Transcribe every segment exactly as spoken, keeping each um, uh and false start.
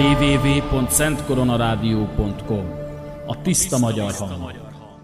double-u double-u double-u pont szent korona rádió pont com. A tiszta magyar hang.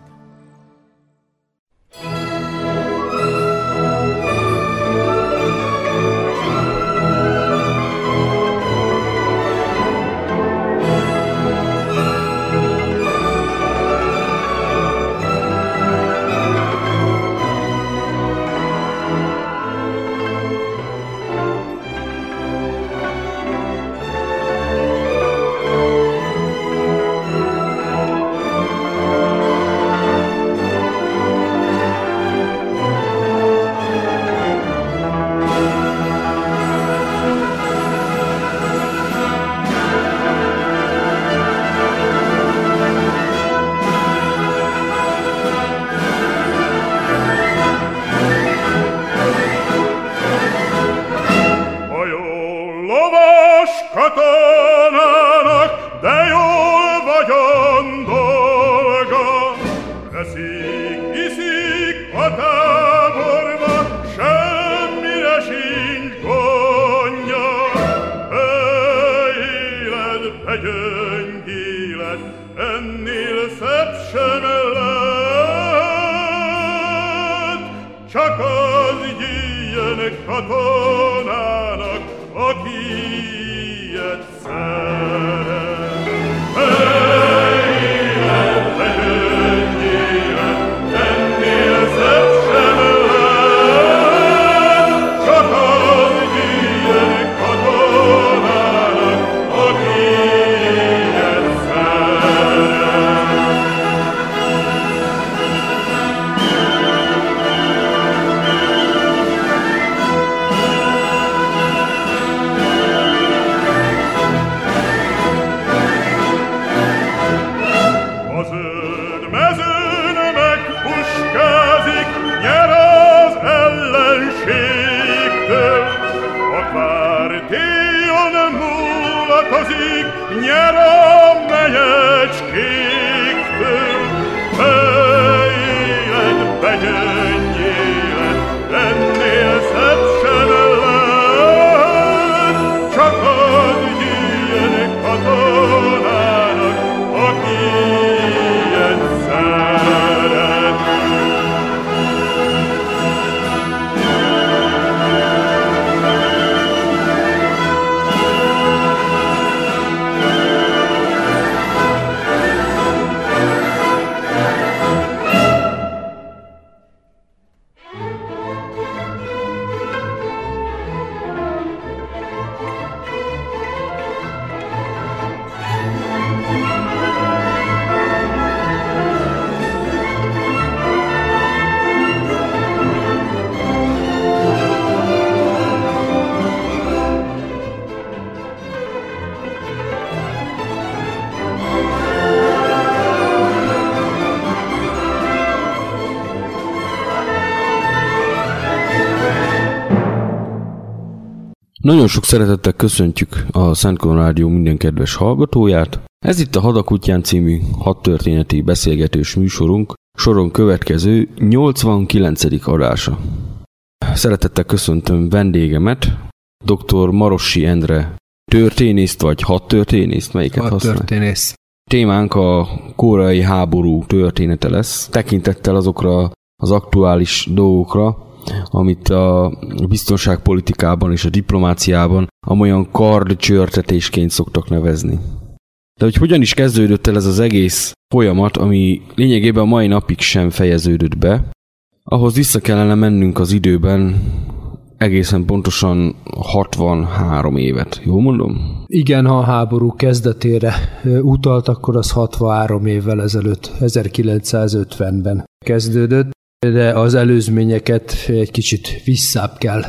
Nagyon sok szeretettel köszöntjük a Szent Korona Rádió minden kedves hallgatóját. Ez itt a Hadakutyán című hadtörténeti beszélgetős műsorunk, soron következő nyolcvankilencedik adása. Szeretettel köszöntöm vendégemet, dr. Marossi Endre történészt vagy hadtörténészt, melyiket használ? Hadtörténész. Témánk a koreai háború története lesz, tekintettel azokra az aktuális dolgokra, amit a biztonságpolitikában és a diplomáciában amolyan kardcsörtetésként szoktak nevezni. De hogy hogyan is kezdődött el ez az egész folyamat, ami lényegében a mai napig sem fejeződött be, ahhoz vissza kellene mennünk az időben egészen pontosan hatvanhárom évet. Jól mondom? Igen, ha a háború kezdetére utalt, akkor az hatvanhárom évvel ezelőtt, ezerkilencszázötvenben kezdődött. De az előzményeket egy kicsit visszább kell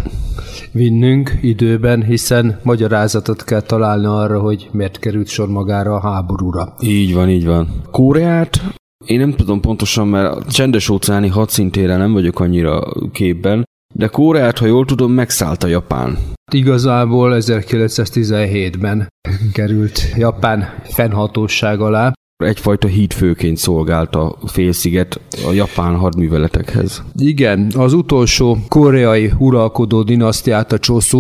vinnünk időben, hiszen magyarázatot kell találni arra, hogy miért került sor magára a háborúra. Így van, így van. Koreát én nem tudom pontosan, mert a csendes-óceáni hadszintére nem vagyok annyira képben, de Koreát, ha jól tudom, megszállta Japán. Igazából ezerkilencszáztizenhétben került Japán fennhatóság alá. Egyfajta hídfőként szolgált a félsziget a japán hadműveletekhez. Igen, az utolsó koreai uralkodó dinasztiát, a Chosunt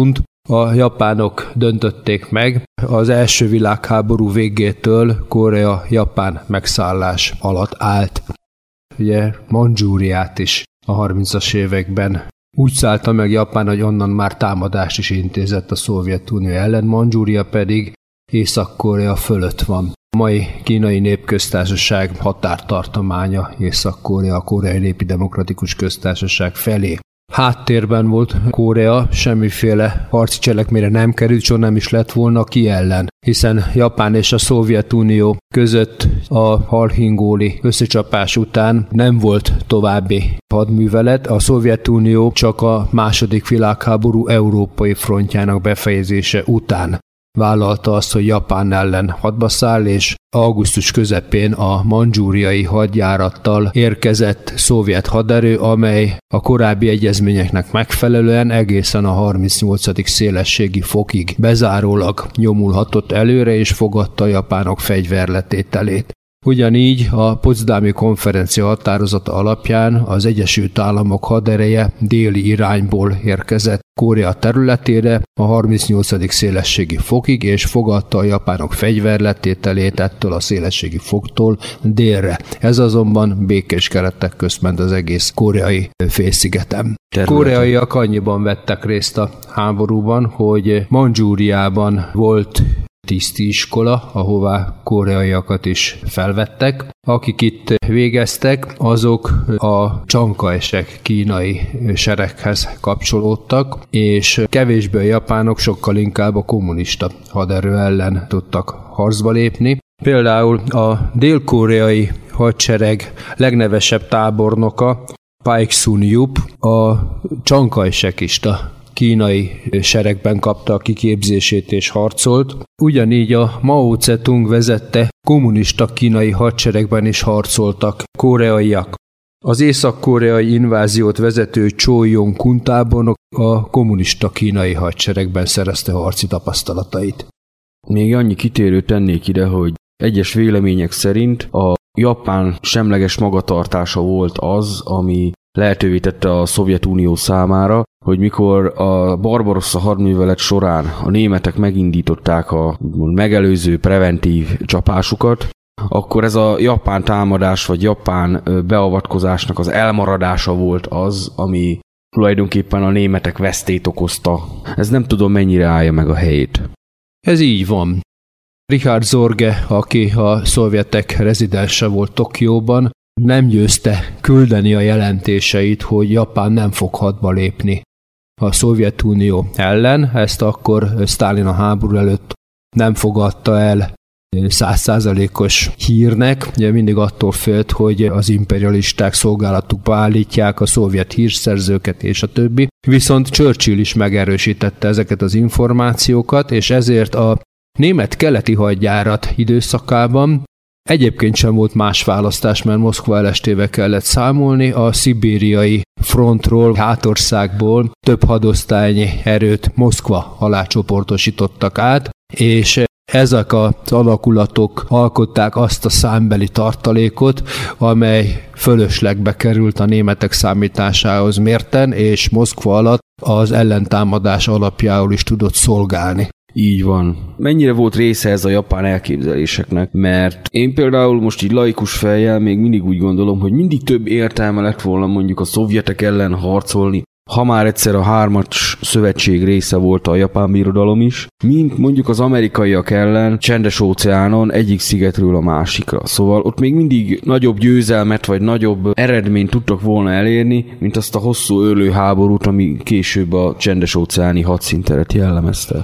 a japánok döntötték meg. Az első világháború végétől Korea japán megszállás alatt állt. Ugye Mandzsúriát is a harmincas években úgy szállta meg Japán, hogy onnan már támadást is intézett a Szovjetunió ellen, Mandzsúria pedig Észak-Korea fölött van. A mai Kínai Népköztársaság határtartománya Észak-Korea, a Koreai Népi Demokratikus Köztársaság felé. Háttérben volt Korea, semmiféle harci cselekményre nem került, és nem is lett volna ki ellen, hiszen Japán és a Szovjetunió között a halhingóli összecsapás után nem volt további hadművelet, a Szovjetunió csak a második világháború európai frontjának befejezése után vállalta azt, hogy Japán ellen hadba száll, és augusztus közepén a mandzsúriai hadjárattal érkezett szovjet haderő, amely a korábbi egyezményeknek megfelelően egészen a harmincnyolcadik szélességi fokig bezárólag nyomulhatott előre, és fogadta a japánok fegyverletételét. Ugyanígy a Potsdami konferencia határozata alapján az Egyesült Államok hadereje déli irányból érkezett Korea területére a harmincnyolcadik szélességi fokig, és fogadta a japánok fegyverletételét ettől a szélességi foktól délre. Ez azonban békés keretek közt ment az egész koreai félszigeten. Koreaiak annyiban vettek részt a háborúban, hogy Mandzsúriában volt tisztiiskola, ahová koreaiakat is felvettek. Akik itt végeztek, azok a Chiang Kai-shek kínai sereghez kapcsolódtak, és kevésbé a japánok, sokkal inkább a kommunista haderő ellen tudtak harcba lépni. Például a dél-koreai hadsereg legnevesebb tábornoka, Paik Sun-yup, a Chiang Kai-shekista kínai seregben kapta a kiképzését és harcolt. Ugyanígy a Mao Tse-tung vezette kommunista kínai hadseregben is harcoltak koreaiak. Az észak-koreai inváziót vezető Cho Yong-kun tábornok a kommunista kínai hadseregben szerezte harci tapasztalatait. Még annyi kitérőt tennék ide, hogy egyes vélemények szerint a japán semleges magatartása volt az, ami lehetővé tette a Szovjetunió számára, hogy mikor a Barbarossa hadművelet során a németek megindították a megelőző preventív csapásukat, akkor ez a japán támadás vagy japán beavatkozásnak az elmaradása volt az, ami tulajdonképpen a németek vesztét okozta. Ez nem tudom, mennyire állja meg a helyét. Ez így van. Richard Zorge, aki a szovjetek rezidense volt Tokióban, nem győzte küldeni a jelentéseit, hogy Japán nem fog hadba lépni a Szovjetunió ellen. Ezt akkor Sztálin a háború előtt nem fogadta el száz százalékos hírnek. Ugye mindig attól félt, hogy az imperialisták szolgálatukba állítják a szovjet hírszerzőket és a többi. Viszont Churchill is megerősítette ezeket az információkat, és ezért a német keleti hadjárat időszakában egyébként sem volt más választás, mert Moszkva elestével kellett számolni. A szibériai frontról, hátországból több hadosztálynyi erőt Moszkva alá csoportosítottak át, és ezek az alakulatok alkották azt a számbeli tartalékot, amely fölöslegbe került a németek számításához mérten, és Moszkva alatt az ellentámadás alapjául is tudott szolgálni. Így van. Mennyire volt része ez a japán elképzeléseknek? Mert én például most így laikus fejjel még mindig úgy gondolom, hogy mindig több értelme lett volna mondjuk a szovjetek ellen harcolni, ha már egyszer a hármas szövetség része volt a japán birodalom is, mint mondjuk az amerikaiak ellen Csendes-óceánon egyik szigetről a másikra. Szóval ott még mindig nagyobb győzelmet vagy nagyobb eredményt tudtak volna elérni, mint azt a hosszú őrlő háborút, ami később a Csendes-óceáni hadszínteret jellemezte.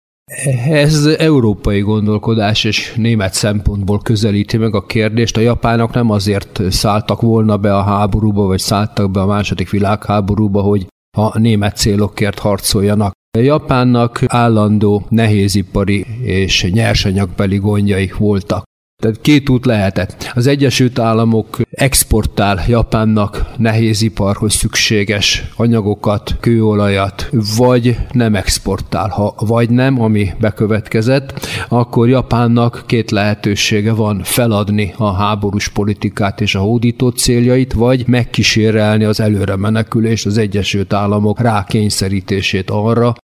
Ez európai gondolkodás és német szempontból közelíti meg a kérdést. A japánok nem azért szálltak volna be a háborúba, vagy szálltak be a második világháborúba, hogy a német célokért harcoljanak. A Japánnak állandó nehézipari és nyersanyagbeli gondjaik voltak. Tehát két út lehetett. Az Egyesült Államok exportál Japánnak nehéziparhoz szükséges anyagokat, kőolajat, vagy nem exportál. Ha vagy nem, ami bekövetkezett, akkor Japánnak két lehetősége van: feladni a háborús politikát és a hódító céljait, vagy megkísérelni az előre menekülést, az Egyesült Államok rákényszerítését arra,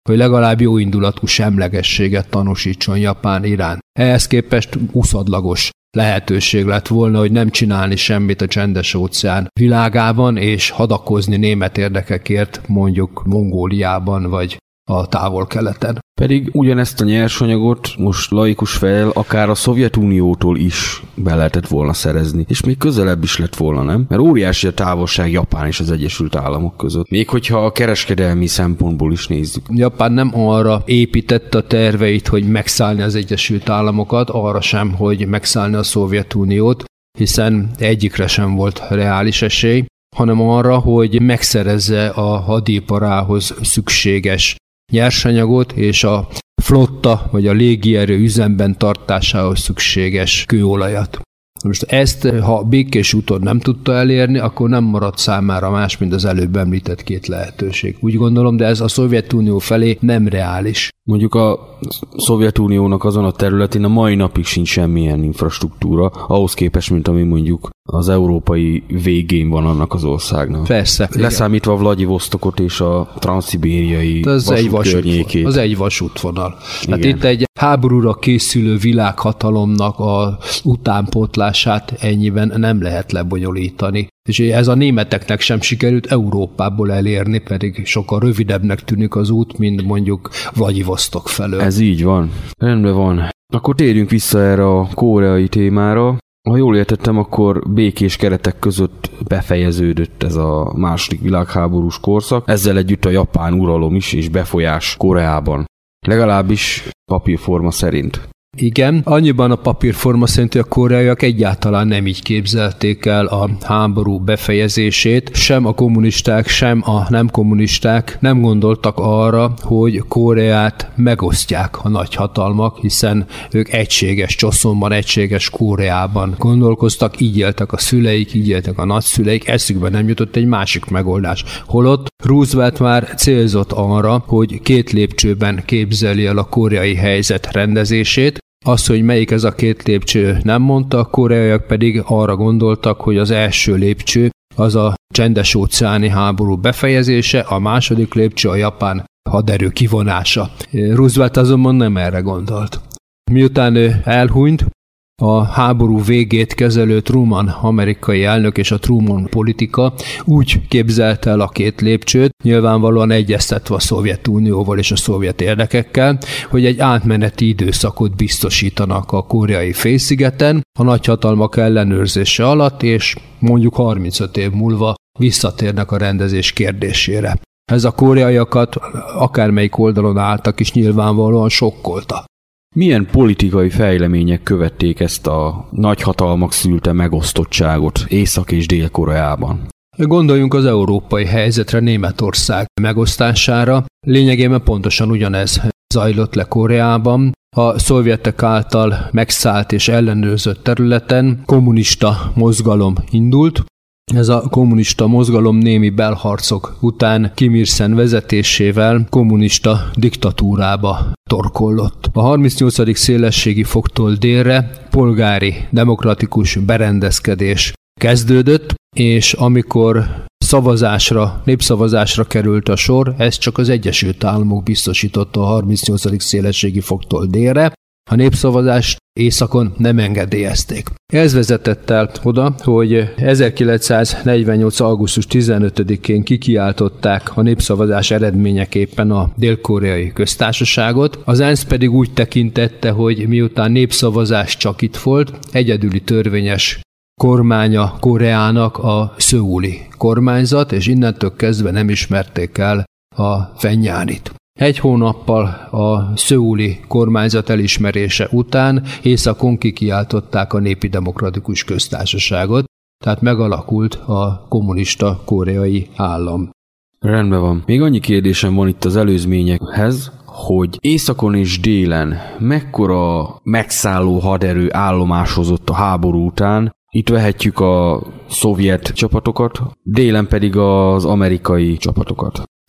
hogy legalább jóindulatú semlegességet tanúsítson Japán iránt. Ehhez képest uszadlagos lehetőség lett volna, hogy nem csinálni semmit a Csendes-óceán világában, és hadakozni német érdekekért mondjuk Mongóliában vagy a Távol-Keleten. Pedig ugyanezt a nyersanyagot most laikus fejjel akár a Szovjetuniótól is be lehetett volna szerezni, és még közelebb is lett volna, nem? Mert óriási a távolság Japán és az Egyesült Államok között. Még hogyha a kereskedelmi szempontból is nézzük. Japán nem arra építette a terveit, hogy megszállni az Egyesült Államokat, arra sem, hogy megszállni a Szovjetuniót, hiszen egyikre sem volt reális esély, hanem arra, hogy megszerezze a hadiparához szükséges nyersanyagot és a flotta vagy a légierő üzemben tartásához szükséges kőolajat. Most ezt, ha békés úton nem tudta elérni, akkor nem maradt számára más, mint az előbb említett két lehetőség. Úgy gondolom, de ez a Szovjetunió felé nem reális. Mondjuk a Szovjetuniónak azon a területén a mai napig sincs semmilyen infrastruktúra, ahhoz képest, mint ami mondjuk az európai végén van annak az országnak. Persze. Leszámítva Vladivostokot és a transzszibériai vasút környékét. Az egy vasútvonal. Tehát itt egy háborúra készülő világhatalomnak a utánpótlását ennyiben nem lehet lebonyolítani. És ez a németeknek sem sikerült Európából elérni, pedig sokkal rövidebbnek tűnik az út, mint mondjuk Vladivostok felől. Ez így van. Rendben van. Akkor térjünk vissza erre a koreai témára. Ha jól értettem, akkor békés keretek között befejeződött ez a második világháborús korszak, ezzel együtt a japán uralom is és befolyás Koreában. Legalábbis papírforma szerint. Igen, annyiban a papírforma szerint, hogy a koreaiak egyáltalán nem így képzelték el a háború befejezését, sem a kommunisták, sem a nem kommunisták nem gondoltak arra, hogy Koreát megosztják a nagyhatalmak, hiszen ők egységes Csoszonban, egységes Koreában gondolkoztak, így éltek a szüleik, így éltek a nagyszüleik, eszükbe nem jutott egy másik megoldás. Holott Roosevelt már célzott arra, hogy két lépcsőben képzeli el a koreai helyzet rendezését. Az, hogy melyik ez a két lépcső nem mondta, a koreaiak pedig arra gondoltak, hogy az első lépcső az a Csendes-óceáni háború befejezése, a második lépcső a japán haderő kivonása. Roosevelt azonban nem erre gondolt. Miután ő elhunyt, a háború végét kezelő Truman amerikai elnök és a Truman politika úgy képzelte el a két lépcsőt, nyilvánvalóan egyeztetve a Szovjetunióval és a szovjet érdekekkel, hogy egy átmeneti időszakot biztosítanak a koreai félszigeten a nagyhatalmak ellenőrzése alatt, és mondjuk harmincöt év múlva visszatérnek a rendezés kérdésére. Ez a koreaiakat akármelyik oldalon álltak is nyilvánvalóan sokkolta. Milyen politikai fejlemények követték ezt a nagyhatalmak szülte megosztottságot Észak- és Dél-Koreában? Gondoljunk az európai helyzetre, Németország megosztására. Lényegében pontosan ugyanez zajlott le Koreában. A szovjetek által megszállt és ellenőrzött területen kommunista mozgalom indult. Ez a kommunista mozgalom némi belharcok után Kim Il-sen vezetésével kommunista diktatúrába torkollott. A harmincnyolcadik szélességi foktól délre polgári demokratikus berendezkedés kezdődött, és amikor szavazásra, népszavazásra került a sor, ez csak az Egyesült Államok biztosította a harmincnyolcadik szélességi foktól délre, a népszavazást északon nem engedélyezték. Ez vezetett el oda, hogy ezerkilencszáznegyvennyolc. augusztus tizenötödikén kikiáltották a népszavazás eredményeképpen a Dél-Koreai Köztársaságot. Az ENSZ pedig úgy tekintette, hogy miután népszavazás csak itt volt, egyedüli törvényes kormánya Koreának a szöuli kormányzat, és innentől kezdve nem ismerték el a Phenjanit. Egy hónappal a szöuli kormányzat elismerése után északon kikiáltották a Népi Demokratikus Köztársaságot, tehát megalakult a kommunista koreai állam. Rendben van. Még annyi kérdésem van itt az előzményekhez, hogy északon és délen mekkora megszálló haderő állomásozott a háború után. Itt vehetjük a szovjet csapatokat, délen pedig az amerikai csapatokat.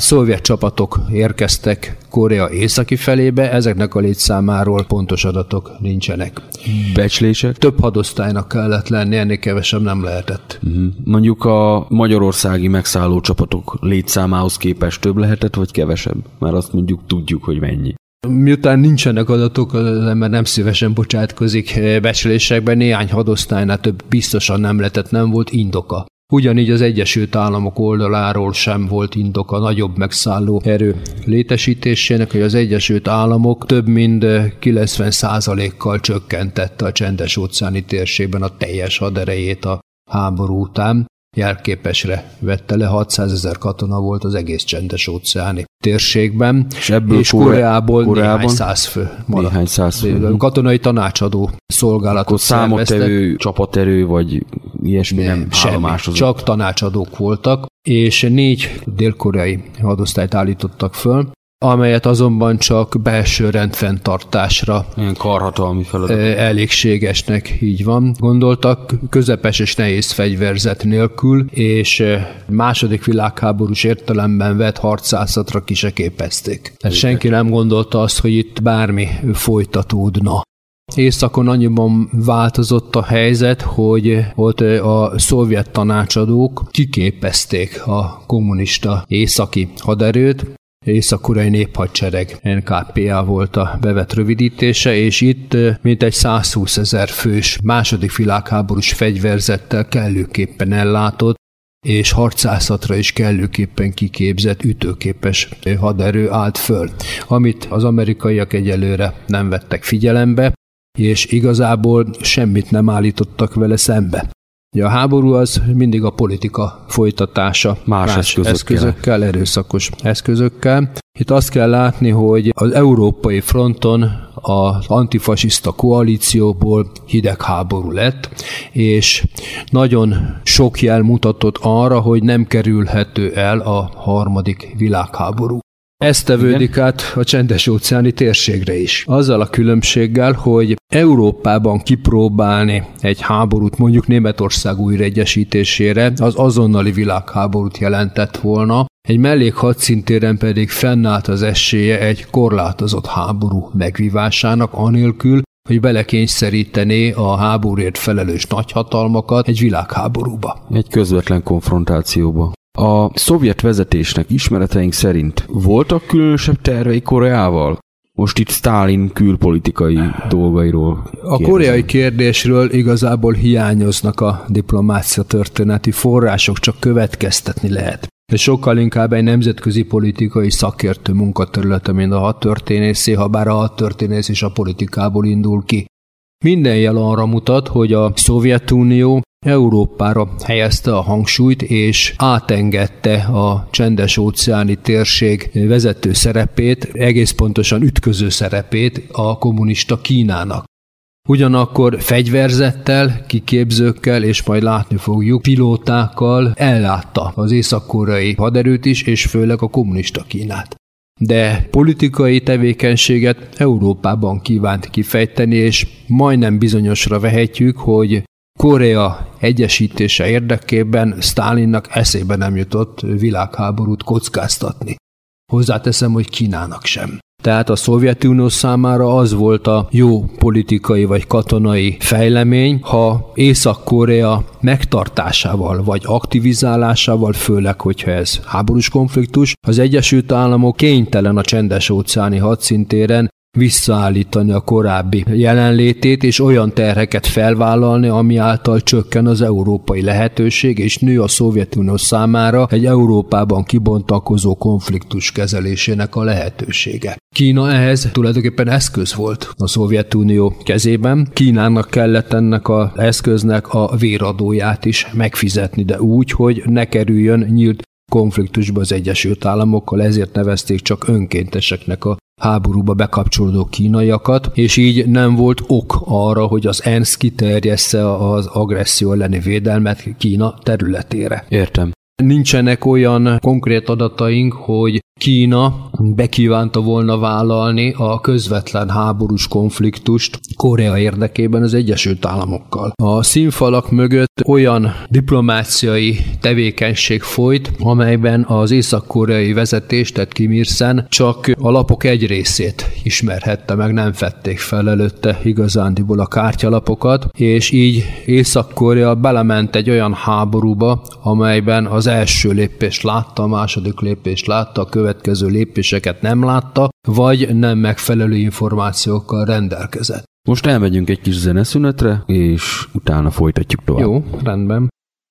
szovjet csapatok érkeztek Korea északi felébe, ezeknek a létszámáról pontos adatok nincsenek. Becslések? Több hadosztálynak kellett lenni, ennél kevesebb nem lehetett. Uh-huh. Mondjuk a magyarországi megszálló csapatok létszámához képest több lehetett, vagy kevesebb? Már azt mondjuk tudjuk, hogy mennyi. Miután nincsenek adatok, az ember nem szívesen bocsátkozik becslésekben, néhány hadosztálynál több biztosan nem lehetett, nem volt indoka. Ugyanígy az Egyesült Államok oldaláról sem volt indok a nagyobb megszálló erő létesítésének, hogy az Egyesült Államok több mint kilencven százalékkal csökkentette a Csendes-óceáni térségben a teljes haderejét a háború után. Jelképesre vette le, hatszázezer katona volt az egész Csendes-óceáni térségben, és, ebből és Koreából, Koreában néhány száz fő maradt. Néhány száz fő. Katonai tanácsadó szolgálatot szerveztek. Számottevő, csapaterő, vagy ilyesmi nem, nem semmi, csak tanácsadók voltak, és négy dél-koreai hadosztályt állítottak föl, amelyet azonban csak belső rendfenntartásra ilyen karhatalmi feladat elégségesnek, így van, gondoltak, közepes és nehéz fegyverzet nélkül, és második világháborús értelemben vett harcászatra ki se képezték. Tehát senki nem gondolta azt, hogy itt bármi folytatódna. Északon annyiban változott a helyzet, hogy ott a szovjet tanácsadók kiképezték a kommunista északi haderőt, Észak-koreai néphadsereg, en ká pé á volt a bevett rövidítése, és itt mintegy százhúszezer fős második világháborús fegyverzettel kellőképpen ellátott, és harcászatra is kellőképpen kiképzett, ütőképes haderő állt föl, amit az amerikaiak egyelőre nem vettek figyelembe, és igazából semmit nem állítottak vele szembe. A háború az mindig a politika folytatása más, más eszközökkel. eszközökkel, erőszakos eszközökkel. Itt azt kell látni, hogy az európai fronton az antifasiszta koalícióból hidegháború lett, és nagyon sok jel mutatott arra, hogy nem kerülhető el a harmadik világháború. Ez tevődik Igen. át a Csendes-óceáni térségre is. Azzal a különbséggel, hogy Európában kipróbálni egy háborút mondjuk Németország újraegyesítésére az azonnali világháborút jelentett volna, egy mellékhadszintéren pedig fennállt az esélye egy korlátozott háború megvívásának anélkül, hogy belekényszerítené a háborúért felelős nagyhatalmakat egy világháborúba. Egy közvetlen konfrontációba. A szovjet vezetésnek ismereteink szerint voltak különösebb tervei Koreával? Most itt Sztálin külpolitikai dolgairól kérdezem. A koreai kérdésről igazából hiányoznak a diplomácia történeti források, csak következtetni lehet. De sokkal inkább egy nemzetközi politikai szakértő munkaterülete, mint a hadtörténészé, ha bár a hadtörténész is a politikából indul ki. Minden jel arra mutat, hogy a Szovjetunió Európára helyezte a hangsúlyt, és átengedte a Csendes-óceáni térség vezető szerepét, egész pontosan ütköző szerepét a kommunista Kínának. Ugyanakkor fegyverzettel, kiképzőkkel, és majd látni fogjuk, pilótákkal ellátta az észak-koreai haderőt is, és főleg a kommunista Kínát. De politikai tevékenységet Európában kívánt kifejteni, és majdnem bizonyosra vehetjük, hogy Korea egyesítése érdekében Sztálinnak eszébe nem jutott világháborút kockáztatni. Hozzáteszem, hogy Kínának sem. Tehát a Szovjetunió számára az volt a jó politikai vagy katonai fejlemény, ha Észak-Korea megtartásával vagy aktivizálásával, főleg, hogyha ez háborús konfliktus, az Egyesült Államok kénytelen a Csendes-óceáni hadszintéren visszaállítani a korábbi jelenlétét, és olyan terheket felvállalni, ami által csökken az európai lehetőség, és nő a Szovjetunió számára egy Európában kibontakozó konfliktus kezelésének a lehetősége. Kína ehhez tulajdonképpen eszköz volt a Szovjetunió kezében. Kínának kellett ennek az eszköznek a véradóját is megfizetni, de úgy, hogy ne kerüljön nyílt konfliktusba az Egyesült Államokkal, ezért nevezték csak önkénteseknek a háborúba bekapcsolódó kínaiakat, és így nem volt ok arra, hogy az ENSZ kiterjessze az agresszió elleni védelmet Kína területére. Értem. Nincsenek olyan konkrét adataink, hogy Kína bekívánta volna vállalni a közvetlen háborús konfliktust Korea érdekében az Egyesült Államokkal. A színfalak mögött olyan diplomáciai tevékenység folyt, amelyben az észak-koreai vezetés, tehát Kim Il-sen csak a lapok egy részét ismerhette meg, nem fedték fel előtte igazándiból a kártyalapokat, és így Észak-Korea belement egy olyan háborúba, amelyben az első lépést látta, a második lépést látta, a következő lépéseket nem látta, vagy nem megfelelő információkkal rendelkezett. Most elmegyünk egy kis zeneszünetre, és utána folytatjuk tovább. Jó, rendben.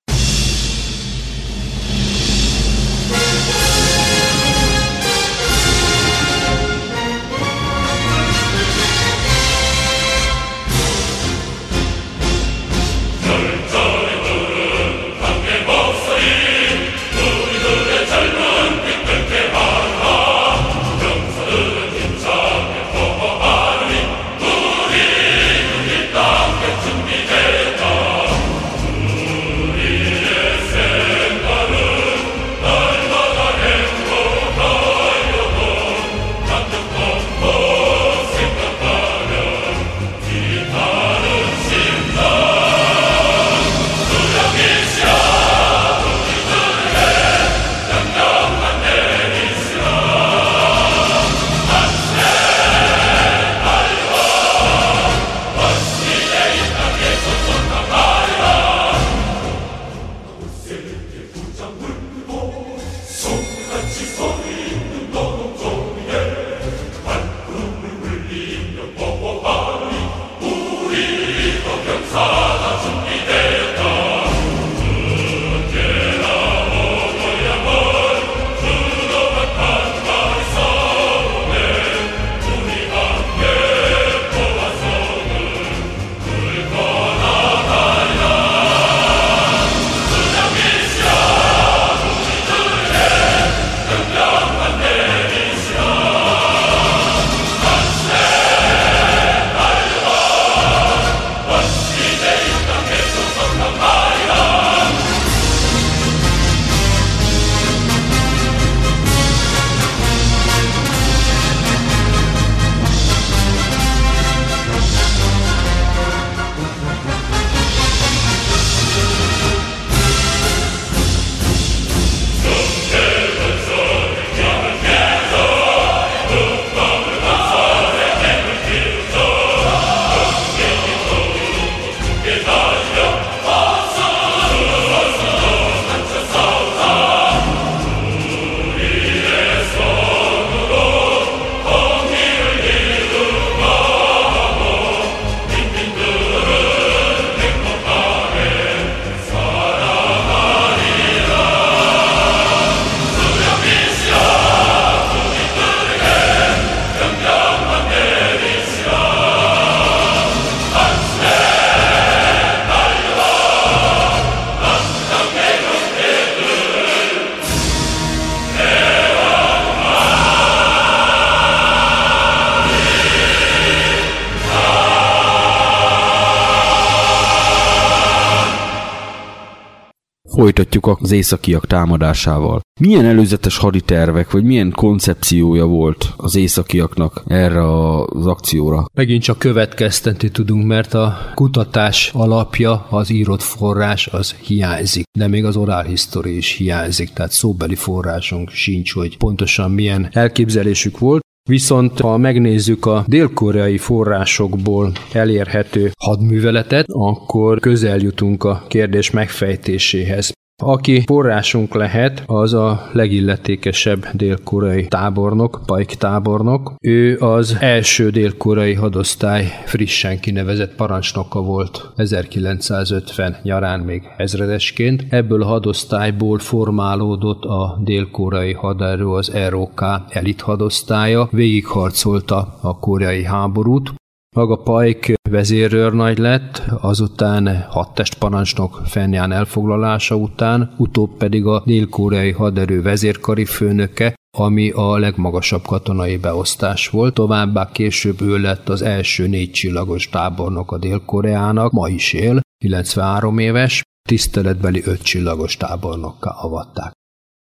Folytatjuk az északiak támadásával. Milyen előzetes haditervek, vagy milyen koncepciója volt az északiaknak erre az akcióra? Megint csak következtetni tudunk, mert a kutatás alapja, az írott forrás, az hiányzik. De még az oral history is hiányzik, tehát szóbeli forrásunk sincs, hogy pontosan milyen elképzelésük volt. Viszont ha megnézzük a dél-koreai forrásokból elérhető hadműveletet, akkor közel jutunk a kérdés megfejtéséhez. Aki forrásunk lehet, az a legilletékesebb dél-koreai tábornok, Paik tábornok. Ő az első dél-koreai hadosztály frissen kinevezett parancsnoka volt ezerkilencszázötven nyarán még ezredesként. Ebből a hadosztályból formálódott a dél-koreai haderő, az er o ká elit hadosztálya. Végigharcolta a koreai háborút. Maga Paik vezérőrnagy lett, azután hadtestparancsnok Phenjan elfoglalása után, utóbb pedig a dél-koreai haderő vezérkari főnöke, ami a legmagasabb katonai beosztás volt. Továbbá később ő lett az első négy csillagos tábornok a Dél-Koreának, ma is él, kilencvenhárom éves, tiszteletbeli öt csillagos tábornokká avatták.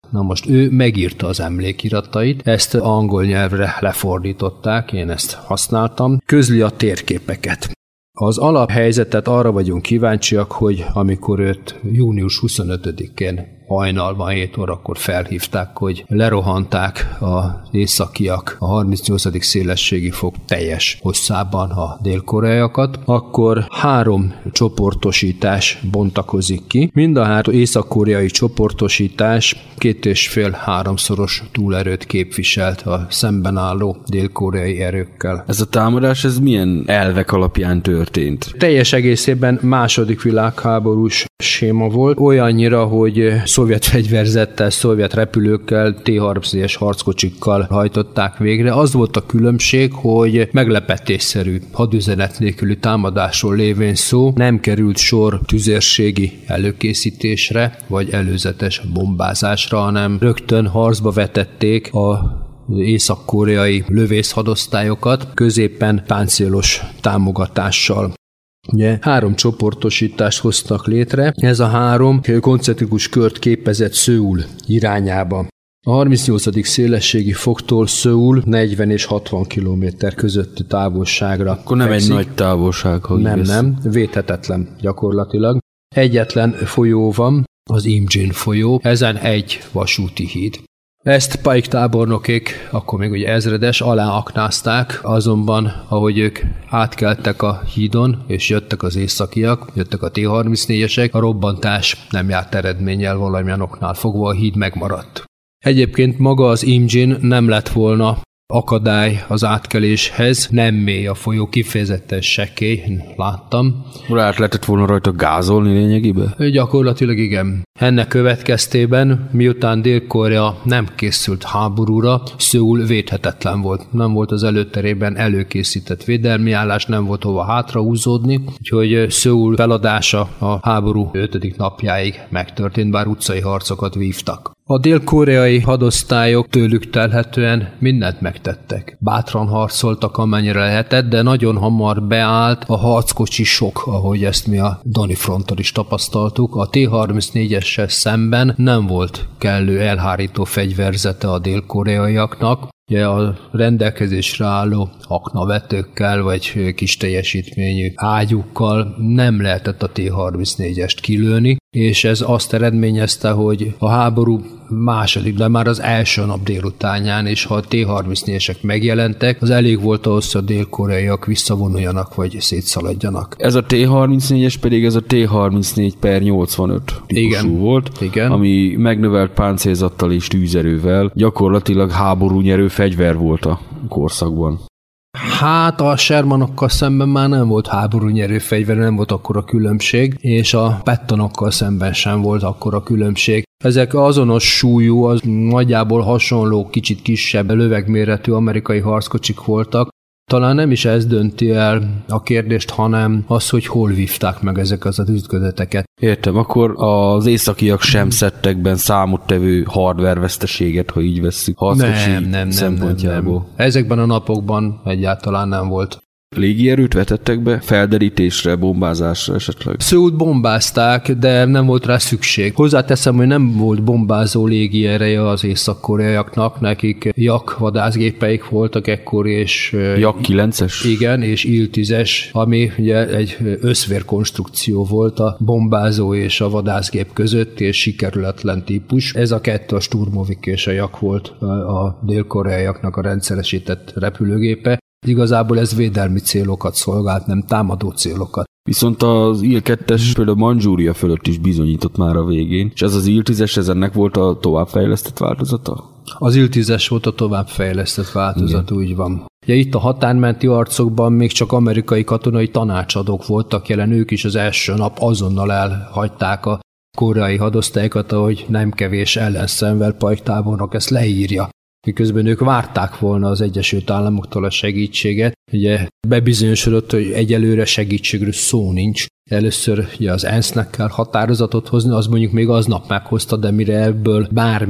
Na most ő megírta az emlékiratait, ezt angol nyelvre lefordították, én ezt használtam, közli a térképeket. Az alaphelyzetet arra vagyunk kíváncsiak, hogy amikor őt június huszonötödikén hajnalban hét órakor felhívták, hogy lerohanták az északiak a harmincnyolcadik szélességi fok teljes hosszában a dél-koreaiakat, akkor három csoportosítás bontakozik ki. Mind a három észak-koreai csoportosítás két és fél háromszoros túlerőt képviselt a szemben álló dél-koreai erőkkel. Ez a támadás, ez milyen elvek alapján történt? Teljes egészében második világháborús séma volt, olyannyira, hogy szovjet fegyverzettel, szovjet repülőkkel, té harmincnégyes harckocsikkal hajtották végre. Az volt a különbség, hogy meglepetésszerű hadüzenet nélküli támadásról lévén szó, nem került sor tüzérségi előkészítésre, vagy előzetes bombázásra, hanem rögtön harcba vetették a észak-koreai lövészhadosztályokat középen páncélos támogatással. Ugye három csoportosítást hoztak létre, ez a három koncentrikus kört képezett Szöul irányába. A harmincnyolcadik szélességi foktól Szöul negyven és hatvan kilométer közötti távolságra. Akkor nem fekszik. Egy nagy távolság, hogy Nem, vesz. nem, védhetetlen gyakorlatilag. Egyetlen folyó van, az Imjin folyó, ezen egy vasúti híd. Ezt Pike tábornokék, akkor még ugye ezredes, aláaknázták, azonban ahogy ők átkeltek a hídon, és jöttek az északiak, jöttek a té harmincnégyesek, a robbantás nem járt eredménnyel, valamilyen oknál fogva a híd megmaradt. Egyébként maga az Imjin nem lett volna akadály az átkeléshez, nem mély a folyó, kifejezetten sekély, láttam. Át lehetett volna rajta gázolni lényegében? Gyakorlatilag igen. Ennek következtében, miután Dél-Korea nem készült háborúra, Szöul védhetetlen volt. Nem volt az előterében előkészített védelmi állás, nem volt hova hátrahúzódni, úgyhogy Szöul feladása a háború ötödik napjáig megtörtént, bár utcai harcokat vívtak. A dél-koreai hadosztályok tőlük telhetően mindent megtettek. Bátran harcoltak, amennyire lehetett, de nagyon hamar beállt a harckocsi sok, ahogy ezt mi a Doni fronton is tapasztaltuk. A té harmincnégyessel szemben nem volt kellő elhárító fegyverzete a dél-koreaiaknak. Ugye a rendelkezésre álló aknavetőkkel vagy kis teljesítményű ágyúkkal nem lehetett a té harmincnégyest kilőni, és ez azt eredményezte, hogy a háború második, de már az első nap délutánján, és ha a té harmincnégyesek megjelentek, az elég volt ahhoz, hogy a dél-koreaiak visszavonuljanak vagy szétszaladjanak. Ez a té harmincnégyes pedig ez a té harmincnégy per nyolcvanöt típusú igen, volt, igen. ami megnövelt páncélzattal és tűzerővel gyakorlatilag háborúnyerő fegyver volt a korszakban. Hát a Shermanokkal szemben már nem volt háborúnyerő fegyver, nem volt akkora különbség, és a Pattonokkal szemben sem volt akkora különbség. Ezek azonos súlyú, az nagyjából hasonló, kicsit kisebb, lövegméretű amerikai harckocsik voltak. Talán nem is ez dönti el a kérdést, hanem az, hogy hol vívták meg ezek az ütközeteket. Értem, akkor az északiak sem szedtek számottevő hardware veszteséget, ha így vesszük, harckocsi nem, nem, szempontjából. Nem, nem. Ezekben a napokban egyáltalán nem volt. Légierőt vetettek be? Felderítésre, bombázásra esetleg? Szöult bombázták, de nem volt rá szükség. Hozzáteszem, hogy nem volt bombázó légiereje az észak-koreaiaknak, nekik jak vadászgépeik voltak ekkor, és... jak kilences? Igen, és il tízes, ami ugye egy összvérkonstrukció volt a bombázó és a vadászgép között, és sikerületlen típus. Ez a kettő a Sturmovik és a jak volt a dél-koreaiaknak a rendszeresített repülőgépe. Igazából ez védelmi célokat szolgált, nem támadó célokat. Viszont az il kettes például Mandzsúria fölött is bizonyított már a végén, és ez az il tízes, ez ennek volt a továbbfejlesztett változata? Az il tízes volt a továbbfejlesztett változat, igen. Úgy van. Ugye itt a határmenti harcokban még csak amerikai katonai tanácsadók voltak jelen, ők is az első nap azonnal elhagyták a koreai hadosztályokat, ahogy nem kevés ellenszenvel Pike tábornok ezt leírja. Miközben ők várták volna az Egyesült Államoktól a segítséget. Ugye bebizonyosodott, hogy egyelőre segítségről szó nincs. Először ugye az ENSZ-nek kell határozatot hozni, az mondjuk még aznap meghozta, de mire ebből bármi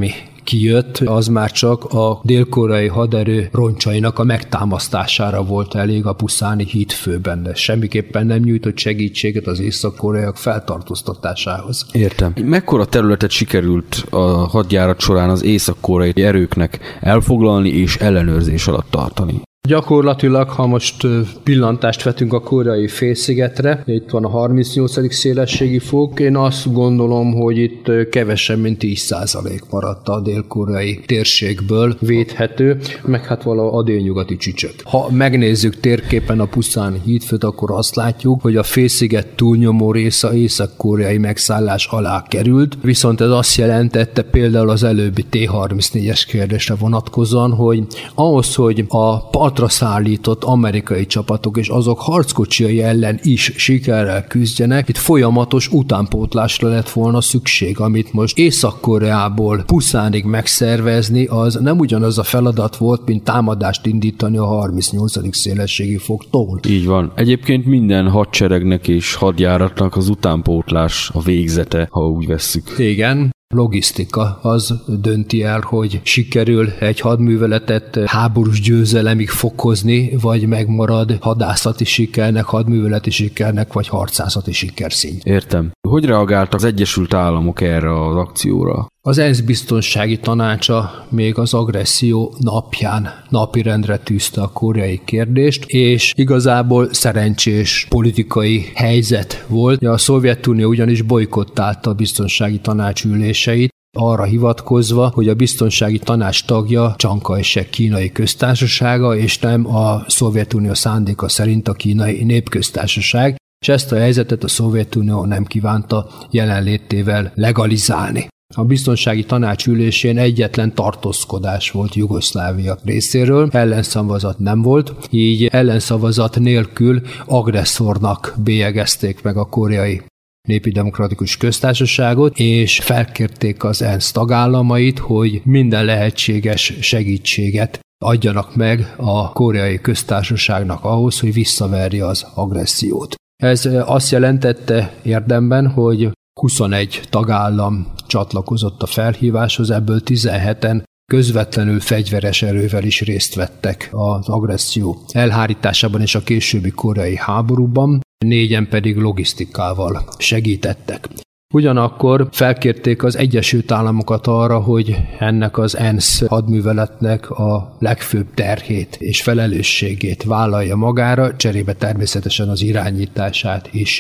kijött, az már csak a dél-koreai haderő roncsainak a megtámasztására volt elég a puszáni hídfőben, de semmiképpen nem nyújtott segítséget az észak-koreaiak feltartóztatásához. Értem. Mekkora területet sikerült a hadjárat során az észak-koreai erőknek elfoglalni és ellenőrzés alatt tartani? Gyakorlatilag, ha most pillantást vetünk a koreai félszigetre, itt van a harmincnyolcadik szélességi fok, én azt gondolom, hogy itt kevesebb, mint tíz százalék maradt a dél-koreai térségből védhető, meg hát vala a délnyugati csücsök. Ha megnézzük térképen a puszáni hídfőt, akkor azt látjuk, hogy a félsziget túlnyomó része észak-koreai megszállás alá került, viszont ez azt jelentette például az előbbi té harmincnégyes kérdésre vonatkozóan, hogy ahhoz, hogy a partra szállított amerikai csapatok és azok harckocsiai ellen is sikerrel küzdjenek, itt folyamatos utánpótlásra lett volna szükség, amit most Észak-Koreából Puszánig megszervezni, az nem ugyanaz a feladat volt, mint támadást indítani a harmincnyolcadik szélességi foktól. Így van. Egyébként minden hadseregnek és hadjáratnak az utánpótlás a végzete, ha úgy vesszük. Igen. Logisztika az dönti el, hogy sikerül egy hadműveletet háborús győzelemig fokozni, vagy megmarad hadászati sikernek, hadműveleti sikernek, vagy harcászati sikerszint. Értem. Hogy reagáltak az Egyesült Államok erre az akcióra? Az ENSZ biztonsági tanácsa még az agresszió napján napirendre tűzte a koreai kérdést, és igazából szerencsés politikai helyzet volt. A Szovjetunió ugyanis bojkottálta a biztonsági tanács üléseit, arra hivatkozva, hogy a biztonsági tanács tagja Csiang Kai-shek kínai köztársasága, és nem a Szovjetunió szándéka szerint a kínai népköztársaság, és ezt a helyzetet a Szovjetunió nem kívánta jelenlétével legalizálni. A biztonsági tanács ülésén egyetlen tartózkodás volt Jugoszlávia részéről, ellenszavazat nem volt, így ellenszavazat nélkül agresszornak bélyegezték meg a koreai Népi Demokratikus Köztársaságot, és felkérték az ENSZ tagállamait, hogy minden lehetséges segítséget adjanak meg a koreai köztársaságnak ahhoz, hogy visszaverje az agressziót. Ez azt jelentette érdemben, hogy huszonegy tagállam csatlakozott a felhíváshoz, ebből tizenheten közvetlenül fegyveres erővel is részt vettek az agresszió elhárításában és a későbbi koreai háborúban, négyen pedig logisztikával segítettek. Ugyanakkor felkérték az Egyesült Államokat arra, hogy ennek az ENSZ hadműveletnek a legfőbb terhét és felelősségét vállalja magára, cserébe természetesen az irányítását is.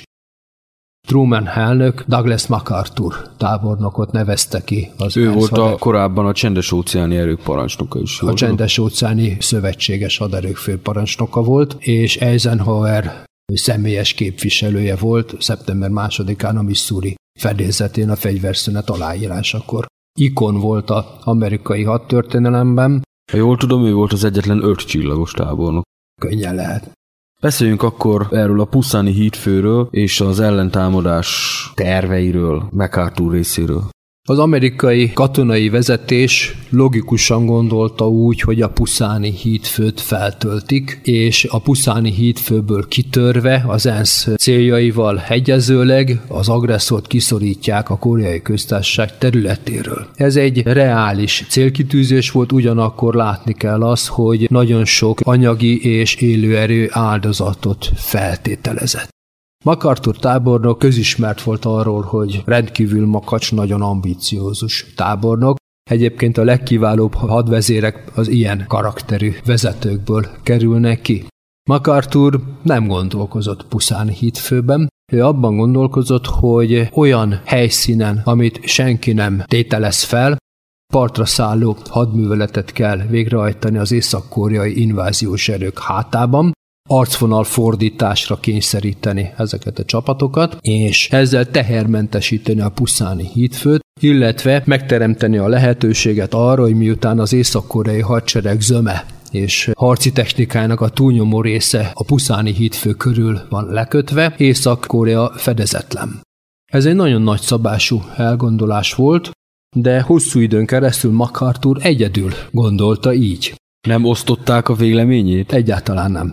Truman elnök Douglas MacArthur tábornokot nevezte ki. Az ő ENSZ volt haderő... a korábban a csendes-óceáni erők parancsnoka is. A csendes-óceáni szövetséges haderők főparancsnoka volt, és Eisenhower személyes képviselője volt szeptember másodikán a Missouri fedélzetén a fegyverszünet aláírásakor. Ikon volt az amerikai hadtörténelemben. Ha jól tudom, ő volt az egyetlen öt csillagos tábornok. Könnyen lehet. Beszéljünk akkor erről a puszáni hídfőről és az ellentámadás terveiről, MacArthur részéről. Az amerikai katonai vezetés logikusan gondolta úgy, hogy a puszáni hídfőt feltöltik, és a puszáni hídfőből kitörve az ENSZ céljaival hegyezőleg az agresszort kiszorítják a koreai köztársaság területéről. Ez egy reális célkitűzés volt, ugyanakkor látni kell az, hogy nagyon sok anyagi és élőerő áldozatot feltételezett. MacArthur tábornok közismert volt arról, hogy rendkívül makacs, nagyon ambiciózus tábornok. Egyébként a legkiválóbb hadvezérek az ilyen karakterű vezetőkből kerülnek ki. MacArthur nem gondolkozott puszáni hídfőben, ő abban gondolkozott, hogy olyan helyszínen, amit senki nem tételez fel, partra szálló hadműveletet kell végrehajtani az észak-koreai inváziós erők hátában, arcvonal fordításra kényszeríteni ezeket a csapatokat, és ezzel tehermentesíteni a puszáni hídfőt, illetve megteremteni a lehetőséget arra, hogy miután az észak-koreai hadsereg zöme és harci technikának a túlnyomó része a puszáni hídfő körül van lekötve, Észak-Korea fedezetlen. Ez egy nagyon nagy szabású elgondolás volt, de hosszú időn keresztül MacArthur egyedül gondolta így. Nem osztották a véleményét? Egyáltalán nem.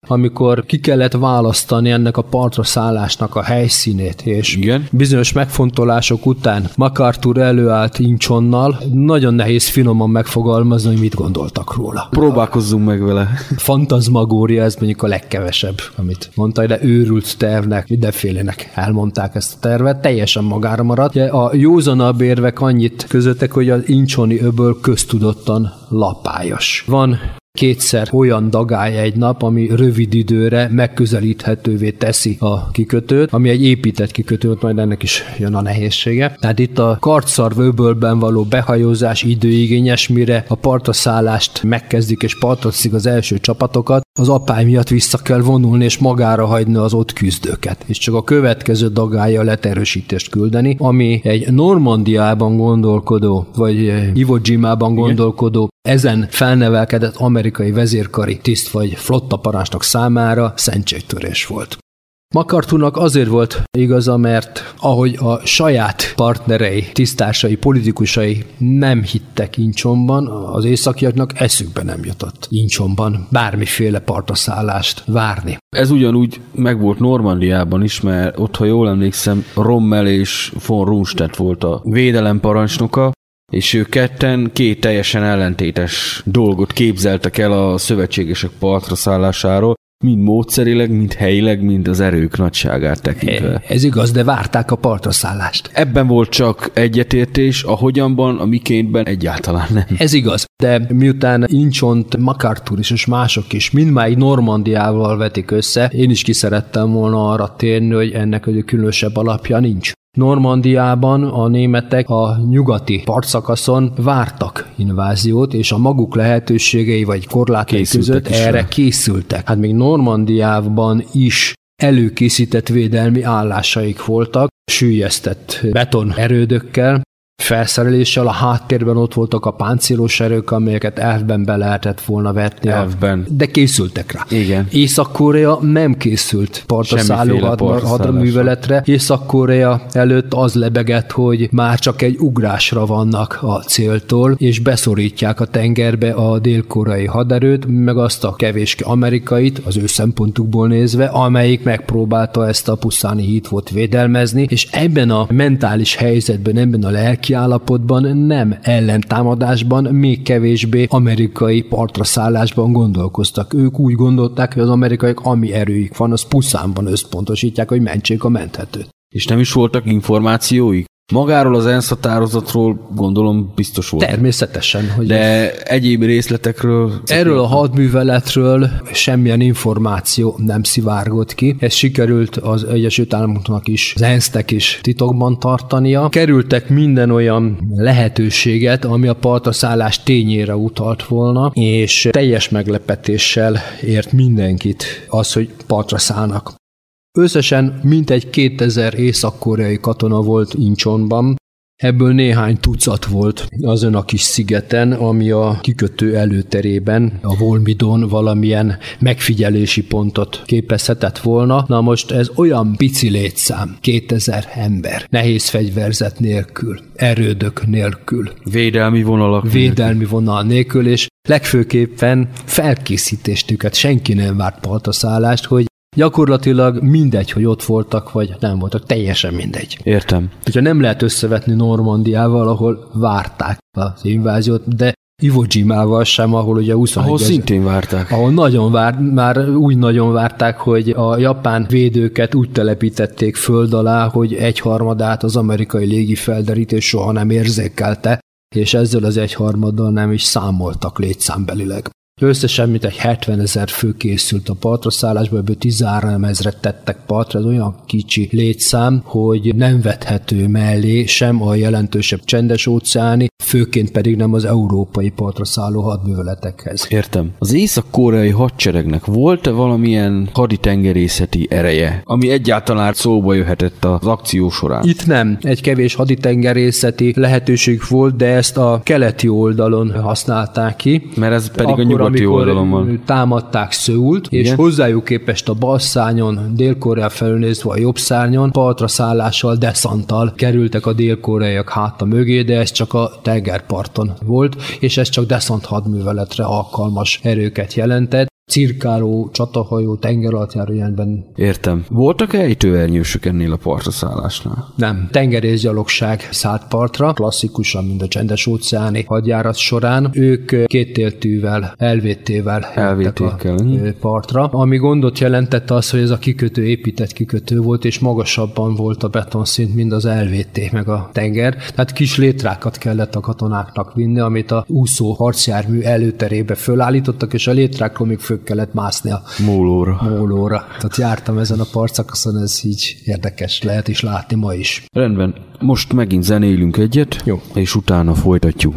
amikor ki kellett választani ennek a partra szállásnak a helyszínét, és igen, bizonyos megfontolások után MacArthur előállt Inchonnal, nagyon nehéz finoman megfogalmazni, hogy mit gondoltak róla. Próbálkozzunk meg vele. Fantazmagória, ez mondjuk a legkevesebb, amit mondta, de őrült tervnek, mindenfélének elmondták ezt a tervet, teljesen magára maradt. A józanabb érvek annyit közöttek, hogy az Inchoni öböl köztudottan lapályos. Van kétszer olyan dagály egy nap, ami rövid időre megközelíthetővé teszi a kikötőt, ami egy épített kikötő, majd ennek is jön a nehézsége. Tehát itt a Kartszarv öbölben való behajózás időigényes, mire a partra szállást megkezdik és partra teszik az első csapatokat, az apály miatt vissza kell vonulni és magára hagyni az ott küzdőket, és csak a következő dagállyal lehet erősítést küldeni, ami egy Normandiában gondolkodó, vagy Iwo Jimában gondolkodó, ezen felnevelkedett amerikai vezérkari tiszt vagy flottaparancsnok számára szentségtörés volt. MacArthurnak azért volt igaza, mert ahogy a saját partnerei, tisztársai, politikusai nem hittek Inchonban, az északiaknak eszükbe nem jutott Inchonban bármiféle partaszállást várni. Ez ugyanúgy megvolt Normandiában is, mert ott, ha jól emlékszem, Rommel és von Rundstedt volt a védelem parancsnoka, és ők ketten két teljesen ellentétes dolgot képzeltek el a szövetségesek partra szállásáról, mind módszerileg, mind helyileg, mind az erők nagyságát tekintve. Ez igaz, de várták a partra szállást. Ebben volt csak egyetértés, a hogyanban, a mikéntben egyáltalán nem. Ez igaz, de miután Inchont MacArthur is és mások is mindmáig Normandiával vetik össze, én is ki szerettem volna arra térni, hogy ennek egy különösebb alapja nincs. Normandiában a németek a nyugati partszakaszon vártak inváziót, és a maguk lehetőségei vagy korlátai között erre rá. készültek. Hát még Normandiában is előkészített védelmi állásaik voltak, süllyesztett beton erődökkel, felszereléssel, a háttérben ott voltak a páncélos erők, amelyeket elfben be lehetett volna vetni. Elfben. De készültek rá. Igen. Észak-Korea nem készült partraszálló hadműveletre. Észak-Korea előtt az lebegett, hogy már csak egy ugrásra vannak a céltól, és beszorítják a tengerbe a dél-koreai haderőt, meg azt a kevéske amerikait, az ő szempontukból nézve, amelyik megpróbálta ezt a puszáni hídfort védelmezni, és ebben a mentális helyzetben, ebben a lelki állapotban nem ellentámadásban, még kevésbé amerikai partra szállásban gondolkoztak. Ők úgy gondolták, hogy az amerikaiak, ami erőik van, az puszánban összpontosítják, hogy mentsék a menthetőt. És nem is voltak információik? Magáról az ENSZ határozatról gondolom biztos volt. Természetesen. Hogy de egyéb részletekről... Erről a hadműveletről semmilyen információ nem szivárgott ki. Ez sikerült az Egyesült Államoknak is, az ENSZ-nek is titokban tartania. Kerültek minden olyan lehetőséget, ami a partraszállás tényére utalt volna, és teljes meglepetéssel ért mindenkit az, hogy partra szállnak. Összesen mintegy kétezer észak-koreai katona volt Inchonban, ebből néhány tucat volt azon a kis szigeten, ami a kikötő előterében, a Volmidon valamilyen megfigyelési pontot képezhetett volna. Na most ez olyan pici létszám, kétezer ember, nehéz fegyverzet nélkül, erődök nélkül. Védelmi vonalak Védelmi nélkül. vonal nélkül, és legfőképpen felkészítéstüket, senki nem várt partaszállást, hogy gyakorlatilag mindegy, hogy ott voltak, vagy nem voltak, teljesen mindegy. Értem. Úgyhogy nem lehet összevetni Normandiával, ahol várták az inváziót, de Iwo Jimával sem, ahol ugye huszonegy Ahol szintén várták. Ahol nagyon vár, már úgy nagyon várták, hogy a japán védőket úgy telepítették föld alá, hogy egyharmadát az amerikai légifelderítés soha nem érzékelte, és ezzel az egyharmaddal nem is számoltak létszámbelileg. Összesen mintegy hetvenezer fő készült a partraszállásba, ebből tizenhárom ezret tettek partra, ez olyan kicsi létszám, hogy nem vethető mellé sem a jelentősebb csendes óceáni, főként pedig nem az európai partraszálló hadműveletekhez. Értem. Az észak-koreai hadseregnek volt-e valamilyen haditengerészeti ereje, ami egyáltalán szóba jöhetett az akció során? Itt nem. Egy kevés haditengerészeti lehetőség volt, de ezt a keleti oldalon használták ki. Mert ez pedig Akkor, a nyugati oldalon van. Támadták Szöult, és hozzájuk képest a bal szárnyon, Dél-Korea felől nézve a jobb szárnyon, partra szállással, deszanttal kerültek a dél-koreaiak háta mögé, de ez csak a tengerparton volt, és ez csak deszant hadműveletre alkalmas erőket jelentett. cirkáló, csatahajó, tengeralattjáró ilyenben. Értem. Voltak ejtőernyősök ennél a partraszállásnál? Nem. Tengerészgyalogság szállt partra, klasszikusan, mint a csendes-óceáni hadjárat során. Ők kéttéltűvel, elvétével jöttek a partra. Ami gondot jelentette az, hogy ez a kikötő épített kikötő volt, és magasabban volt a betonszint, mint az elvété, meg a tenger. Tehát kis létrákat kellett a katonáknak vinni, amit a úszó harcjármű előterébe fölállítottak, és a létrákról még föl kellett mászni a mólóra. mólóra. Tehát jártam ezen a partszakaszon, ez így érdekes, lehet is látni ma is. Rendben, most megint zenélünk egyet, jó, és utána folytatjuk.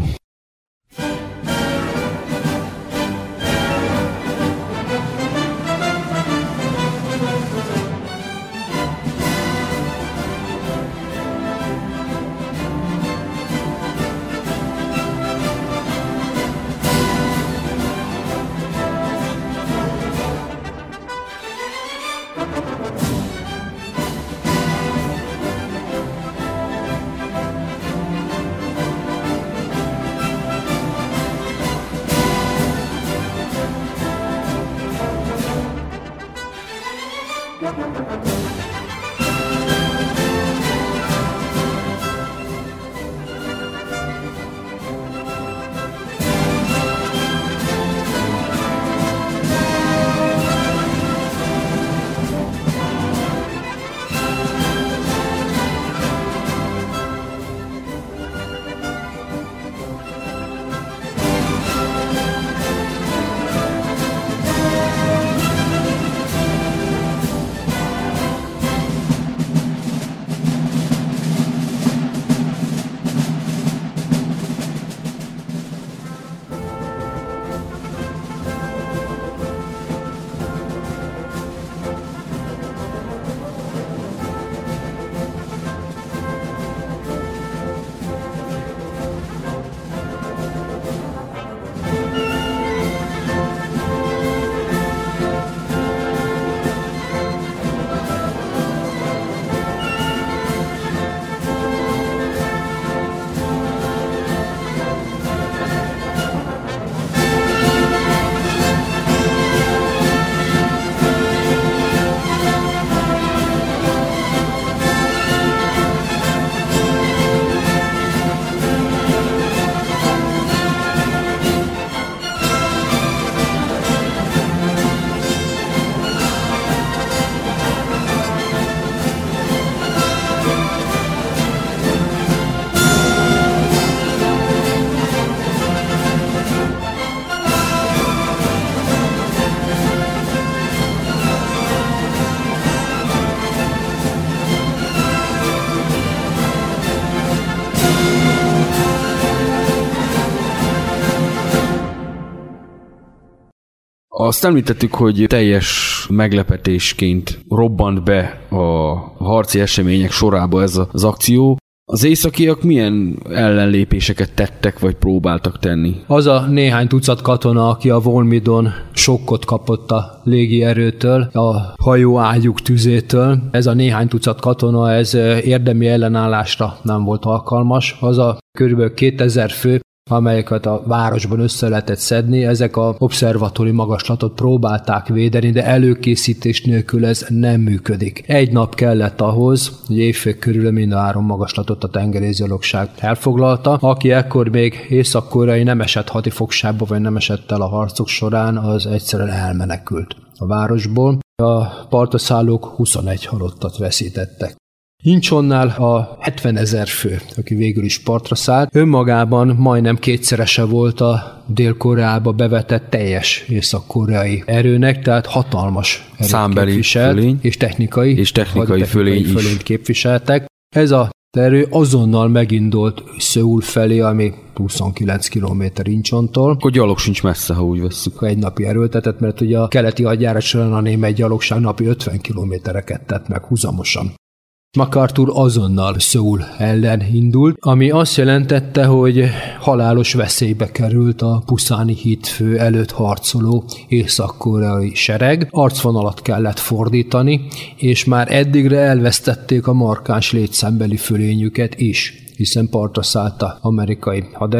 Azt említettük, hogy teljes meglepetésként robbant be a harci események sorába ez az akció. Az északiak milyen ellenlépéseket tettek, vagy próbáltak tenni? Az a néhány tucat katona, aki a Volmidon sokkot kapott a légierőtől, a hajó ágyuk tüzétől, ez a néhány tucat katona, ez érdemi ellenállásra nem volt alkalmas. Az a körülbelül kétezer fő, amelyeket a városban össze lehetett szedni, ezek a obszervatóri magaslatot próbálták védeni, de előkészítés nélkül ez nem működik. Egy nap kellett ahhoz, hogy évfél körül mind a három magaslatot a tengerészgyalogság elfoglalta. Aki ekkor még észak-koreai nem esett hadifogságba, vagy nem esett el a harcok során, az egyszerűen elmenekült a városból. A partraszállók huszonegy halottat veszítettek. Inchonnál a hetvenezer fő, aki végül is partra szállt, önmagában majdnem kétszerese volt a Dél-Koreába bevetett teljes észak-koreai erőnek, tehát hatalmas erőt számbeli képviselt, fölény, és technikai, és technikai fölény fölényt képviseltek. Ez a erő azonnal megindult Szöul felé, ami huszonkilenc kilométer Inchontól. Akkor gyalog sincs messze, ha úgy vesszük. Egy napi erőltetett, mert ugye a keleti hadjárat során a német gyalogság napi ötven kilométereket tett meg huzamosan. MacArthur azonnal Szöul ellen indult, ami azt jelentette, hogy halálos veszélybe került a Puszáni hídfő előtt harcoló észak-koreai sereg. Arcvonalat kellett fordítani, és már eddigre elvesztették a markáns létszámbeli fölényüket is, hiszen partra szállt az amerikai haderő.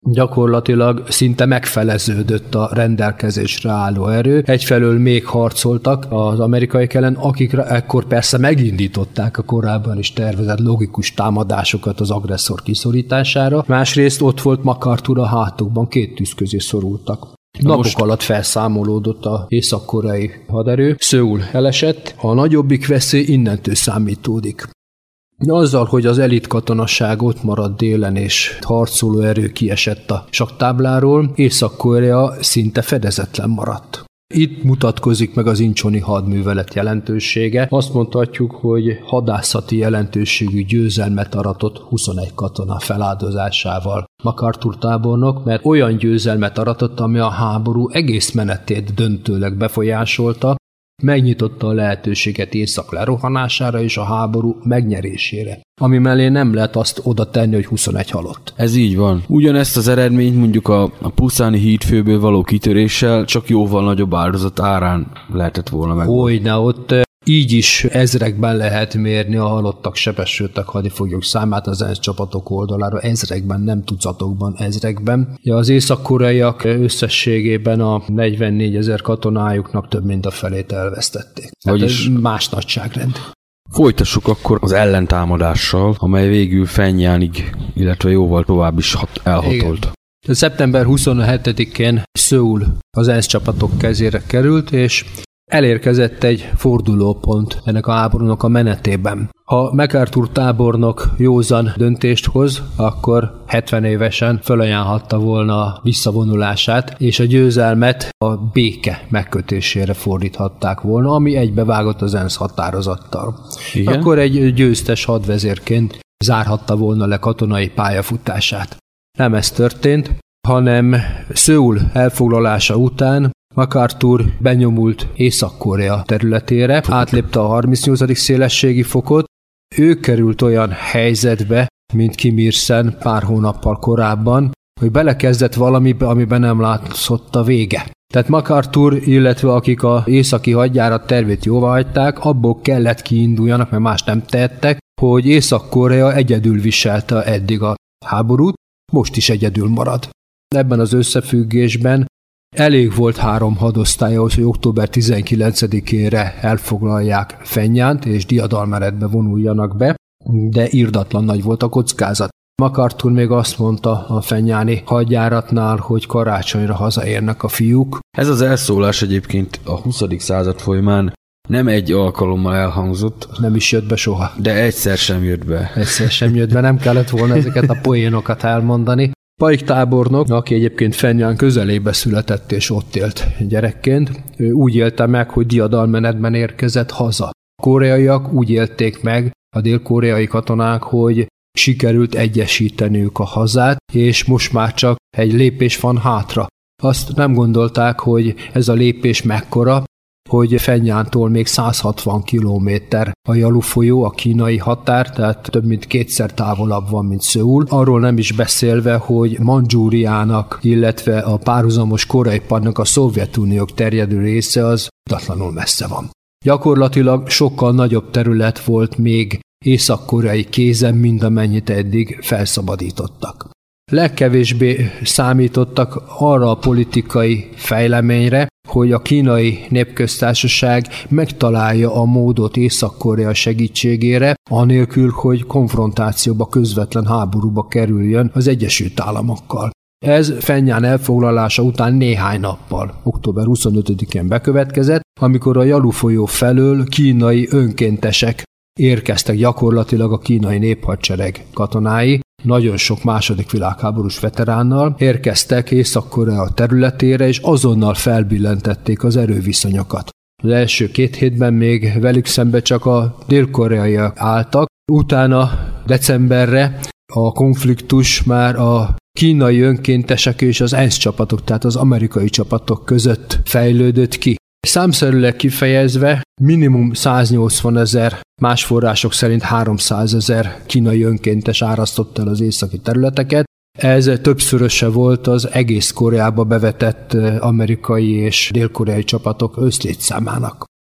Gyakorlatilag szinte megfeleződött a rendelkezésre álló erő. Egyfelől még harcoltak az amerikaiak ellen, akikre ekkor persze megindították a korábban is tervezett logikus támadásokat az agresszor kiszorítására. Másrészt ott volt MacArthur a hátukban, két tűz közé szorultak. Napok Most... alatt felszámolódott az észak-koreai haderő. Szöul elesett, a nagyobbik veszély innentől számítódik. Azzal, hogy az elit katonasság ott maradt délen és harcoló erő kiesett a sakktábláról, Észak-Korea szinte fedezetlen maradt. Itt mutatkozik meg az inchoni hadművelet jelentősége. Azt mondhatjuk, hogy hadászati jelentőségű győzelmet aratott huszonegy katona feláldozásával MacArthur tábornok, mert olyan győzelmet aratott, ami a háború egész menetét döntőleg befolyásolta, megnyitotta a lehetőséget Észak lerohanására és a háború megnyerésére, ami mellé nem lehet azt oda tenni, hogy huszonegy halott. Ez így van. Ugyanezt az eredményt mondjuk a, a puszáni hídfőből való kitöréssel csak jóval nagyobb áldozat árán lehetett volna meg. Hogyne, ott így is ezrekben lehet mérni a halottak, sebesültek hadifoglyok számát az ENSZ csapatok oldalára, ezrekben, nem tucatokban, ezrekben. Ja, az észak-koreaiak összességében a negyvennégyezer katonájuknak több mint a felét elvesztették. Vagyis más nagyságrend. Folytassuk akkor az ellentámadással, amely végül Phenjanig, illetve jóval tovább is hat, elhatolt. Igen. szeptember huszonhetedikén Szöul az ENSZ csapatok kezére került, és elérkezett egy fordulópont ennek a háborúnak a menetében. Ha MacArthur tábornok józan döntést hoz, akkor hetven évesen felajánlhatta volna a visszavonulását, és a győzelmet a béke megkötésére fordíthatták volna, ami egybevágott az ENSZ határozattal. Igen? Akkor egy győztes hadvezérként zárhatta volna le katonai pályafutását. Nem ez történt, hanem Szöul elfoglalása után MacArthur benyomult Észak-Korea területére, átlépte a harmincnyolcadik szélességi fokot, ő került olyan helyzetbe, mint Kim Il-sen pár hónappal korábban, hogy belekezdett valamibe, amiben nem látszott a vége. Tehát MacArthur, illetve akik az északi hadjárat tervét jóváhagyták, abból kellett kiinduljanak, mert más nem tehettek, hogy Észak-Korea egyedül viselte eddig a háborút, most is egyedül marad. Ebben az összefüggésben elég volt három hadosztály ahhoz, hogy október tizenkilencedikére elfoglalják Phenjant és diadalmenetbe vonuljanak be, de irdatlan nagy volt a kockázat. MacArthur még azt mondta a phenjani hadjáratnál, hogy karácsonyra hazaérnek a fiúk. Ez az elszólás egyébként a huszadik század folyamán nem egy alkalommal elhangzott. Nem is jött be soha. De egyszer sem jött be. Egyszer sem jött be, nem kellett volna ezeket a poénokat elmondani. Paik tábornok, aki egyébként Phenjan közelébe született és ott élt gyerekként, ő úgy élte meg, hogy diadalmenetben érkezett haza. A koreaiak úgy élték meg, a dél-koreai katonák, hogy sikerült egyesíteniük a hazát, és most már csak egy lépés van hátra. Azt nem gondolták, hogy ez a lépés mekkora, hogy Phenjantól még száz hatvan kilométer a Yalu folyó, a kínai határ, tehát több mint kétszer távolabb van, mint Szöul. Arról nem is beszélve, hogy Mandzsúriának, illetve a párhuzamos koreai partnak a Szovjetuniók terjedő része az tudatlanul messze van. Gyakorlatilag sokkal nagyobb terület volt még észak-koreai kézen, mint amennyit eddig felszabadítottak. Legkevésbé számítottak arra a politikai fejleményre, hogy a kínai népköztársaság megtalálja a módot Észak-Korea segítségére, anélkül, hogy konfrontációba, közvetlen háborúba kerüljön az Egyesült Államokkal. Ez Phenjan elfoglalása után néhány nappal, október huszonötödikén bekövetkezett, amikor a Yalu folyó felől kínai önkéntesek érkeztek, gyakorlatilag a kínai néphadsereg katonái, nagyon sok második világháborús veteránnal érkeztek Észak-Korea területére, és azonnal felbillentették az erőviszonyokat. Az első két hétben még velük szembe csak a dél-koreaiak álltak, utána decemberre a konfliktus már a kínai önkéntesek és az ENSZ csapatok, tehát az amerikai csapatok között fejlődött ki. Számszerűleg kifejezve minimum száznyolcvanezer, más források szerint háromszázezer kínai önkéntes árasztott el az északi területeket. Ez többszöröse volt az egész Koreába bevetett amerikai és dél-koreai csapatok összlétszámának.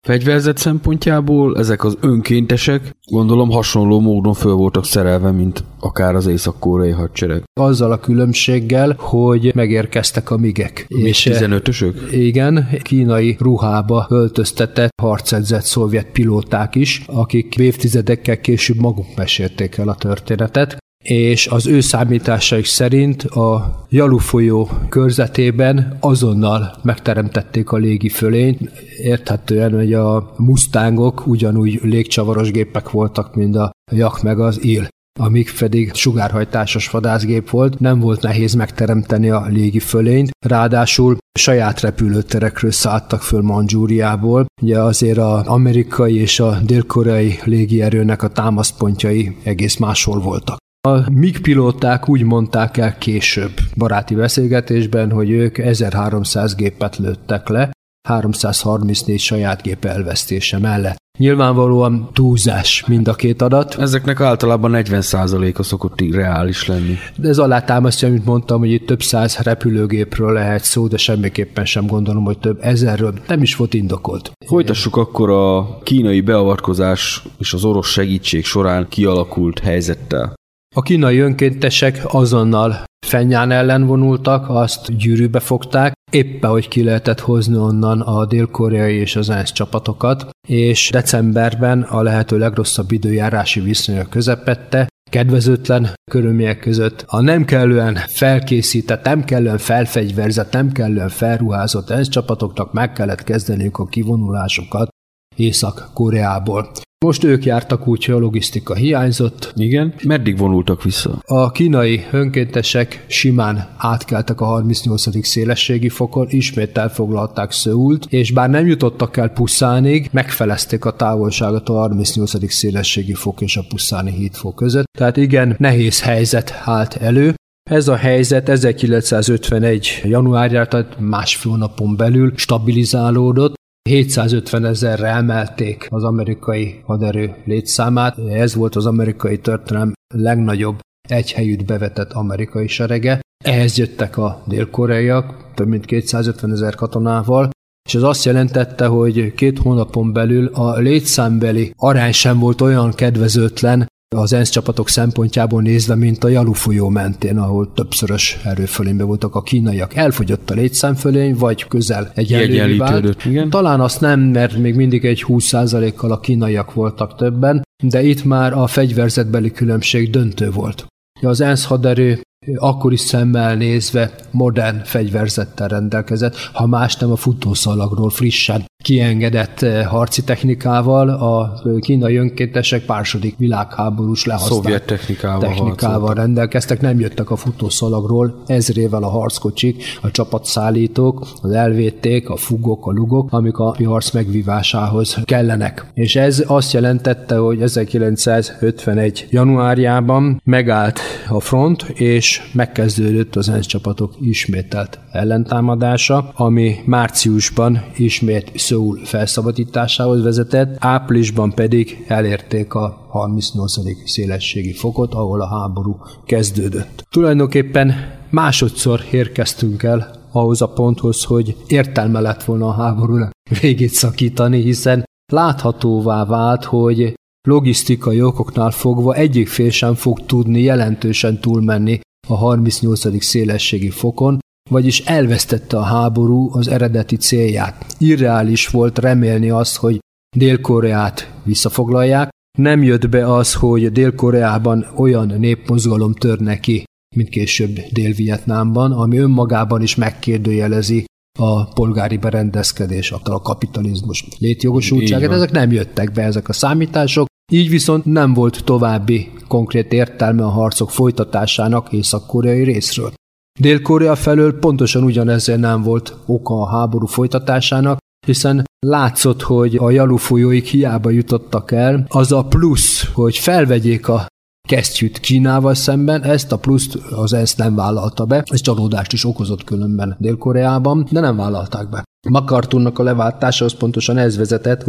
Fegyverzet szempontjából ezek az önkéntesek gondolom hasonló módon föl voltak szerelve, mint akár az észak-koreai hadsereg. Azzal a különbséggel, hogy megérkeztek a migek. És tizenötösök? Igen, kínai ruhába öltöztetett, harcedzett szovjet pilóták is, akik évtizedekkel később maguk mesélték el a történetet, és az ő számításaik szerint a Yalu folyó körzetében azonnal megteremtették a légi fölényt, érthetően, hogy a Mustangok ugyanúgy légcsavaros gépek voltak, mint a Jak meg az Il, amíg pedig sugárhajtásos vadászgép volt, nem volt nehéz megteremteni a légi fölényt, ráadásul saját repülőterekről szálltak föl Mandzsúriából, ugye azért az amerikai és a dél-koreai légierőnek a támaszpontjai egész máshol voltak. A MiG pilóták úgy mondták el később baráti beszélgetésben, hogy ők ezerháromszáz gépet lőttek le, háromszázharmincnégy saját gép elvesztése mellett. Nyilvánvalóan túlzás mind a két adat. Ezeknek általában negyven százaléka szokott reális lenni. De ez alátámasztja, amit mondtam, hogy itt több száz repülőgépről lehet szó, de semmiképpen sem gondolom, hogy több ezerről. Nem is volt indokolt. Folytassuk akkor a kínai beavatkozás és az orosz segítség során kialakult helyzettel. A kínai önkéntesek azonnal Fennyán ellen vonultak, azt gyűrűbe fogták, éppen hogy ki lehetett hozni onnan a dél-koreai és az ENSZ csapatokat, és decemberben a lehető legrosszabb időjárási viszonyok közepette, kedvezőtlen körülmények között a nem kellően felkészített, nem kellően felfegyverzett, nem kellően felruházott ENSZ csapatoknak meg kellett kezdeniük a kivonulásokat Észak-Koreából. Most ők jártak úgy, hogy a logisztika hiányzott. Igen. Meddig vonultak vissza? A kínai önkéntesek simán átkeltek a harmincnyolcadik szélességi fokon, ismét elfoglalták Szöult, és bár nem jutottak el Puszánig, megfelezték a távolságot a harmincnyolcadik szélességi fok és a puszáni hídfok között. Tehát igen, nehéz helyzet állt elő. Ez a helyzet ezerkilencszázötvenegy januárjában, tehát másfél napon belül stabilizálódott. hétszázötven ezerre emelték az amerikai haderő létszámát. Ez volt az amerikai történelem legnagyobb egyhelyűt bevetett amerikai serege. Ehhez jöttek a dél-koreaiak, több mint kétszázötven ezer katonával, és ez azt jelentette, hogy két hónapon belül a létszámbeli arány sem volt olyan kedvezőtlen az ENSZ csapatok szempontjából nézve, mint a Yalu folyó mentén, ahol többszörös erőfölényben voltak a kínaiak. Elfogyott a létszámfölény, vagy közel egyenlővé vált. Talán azt nem, mert még mindig egy húsz százalékkal a kínaiak voltak többen, de itt már a fegyverzetbeli különbség döntő volt. Az ENSZ haderő akkori szemmel nézve modern fegyverzettel rendelkezett, ha más nem a futószalagról frissen kiengedett harci technikával, a kínai önkéntesek második világháborús lehasznált szovjet technikával, technikával rendelkeztek, nem jöttek a futószalagról, ezrével a harckocsik, a csapatszállítók, az elvéték, a fugok, a lugok, amik a harc megvívásához kellenek. És ez azt jelentette, hogy ezerkilencszázötvenegy januárjában megállt a front, és megkezdődött az ENSZ csapatok ismételt ellentámadása, ami márciusban ismét Szöul felszabadításához vezetett, áprilisban pedig elérték a harmincnyolcadik szélességi fokot, ahol a háború kezdődött. Tulajdonképpen másodszor érkeztünk el ahhoz a ponthoz, hogy értelme lett volna a háborúnak végét szakítani, hiszen láthatóvá vált, hogy logisztikai okoknál fogva egyik fél sem fog tudni jelentősen túlmenni a harmincnyolcadik szélességi fokon, vagyis elvesztette a háború az eredeti célját. Irreális volt remélni azt, hogy Dél-Koreát visszafoglalják. Nem jött be az, hogy Dél-Koreában olyan népmozgalom törne ki, mint később Dél-Vietnámban, ami önmagában is megkérdőjelezi a polgári berendezkedés, a kapitalizmus létjogosultságát. Ezek nem jöttek be, ezek a számítások. Így viszont nem volt további konkrét értelme a harcok folytatásának észak-koreai részről. Dél-Korea felől pontosan ugyanezért nem volt oka a háború folytatásának, hiszen látszott, hogy a Yalu folyóig hiába jutottak el, az a plusz, hogy felvegyék a kesztyűt Kínával szemben, ezt a pluszt az ENSZ nem vállalta be, ez csalódást is okozott különben Dél-Koreában, de nem vállalták be. MacArthurnak a leváltásához pontosan ez vezetett, hogy ő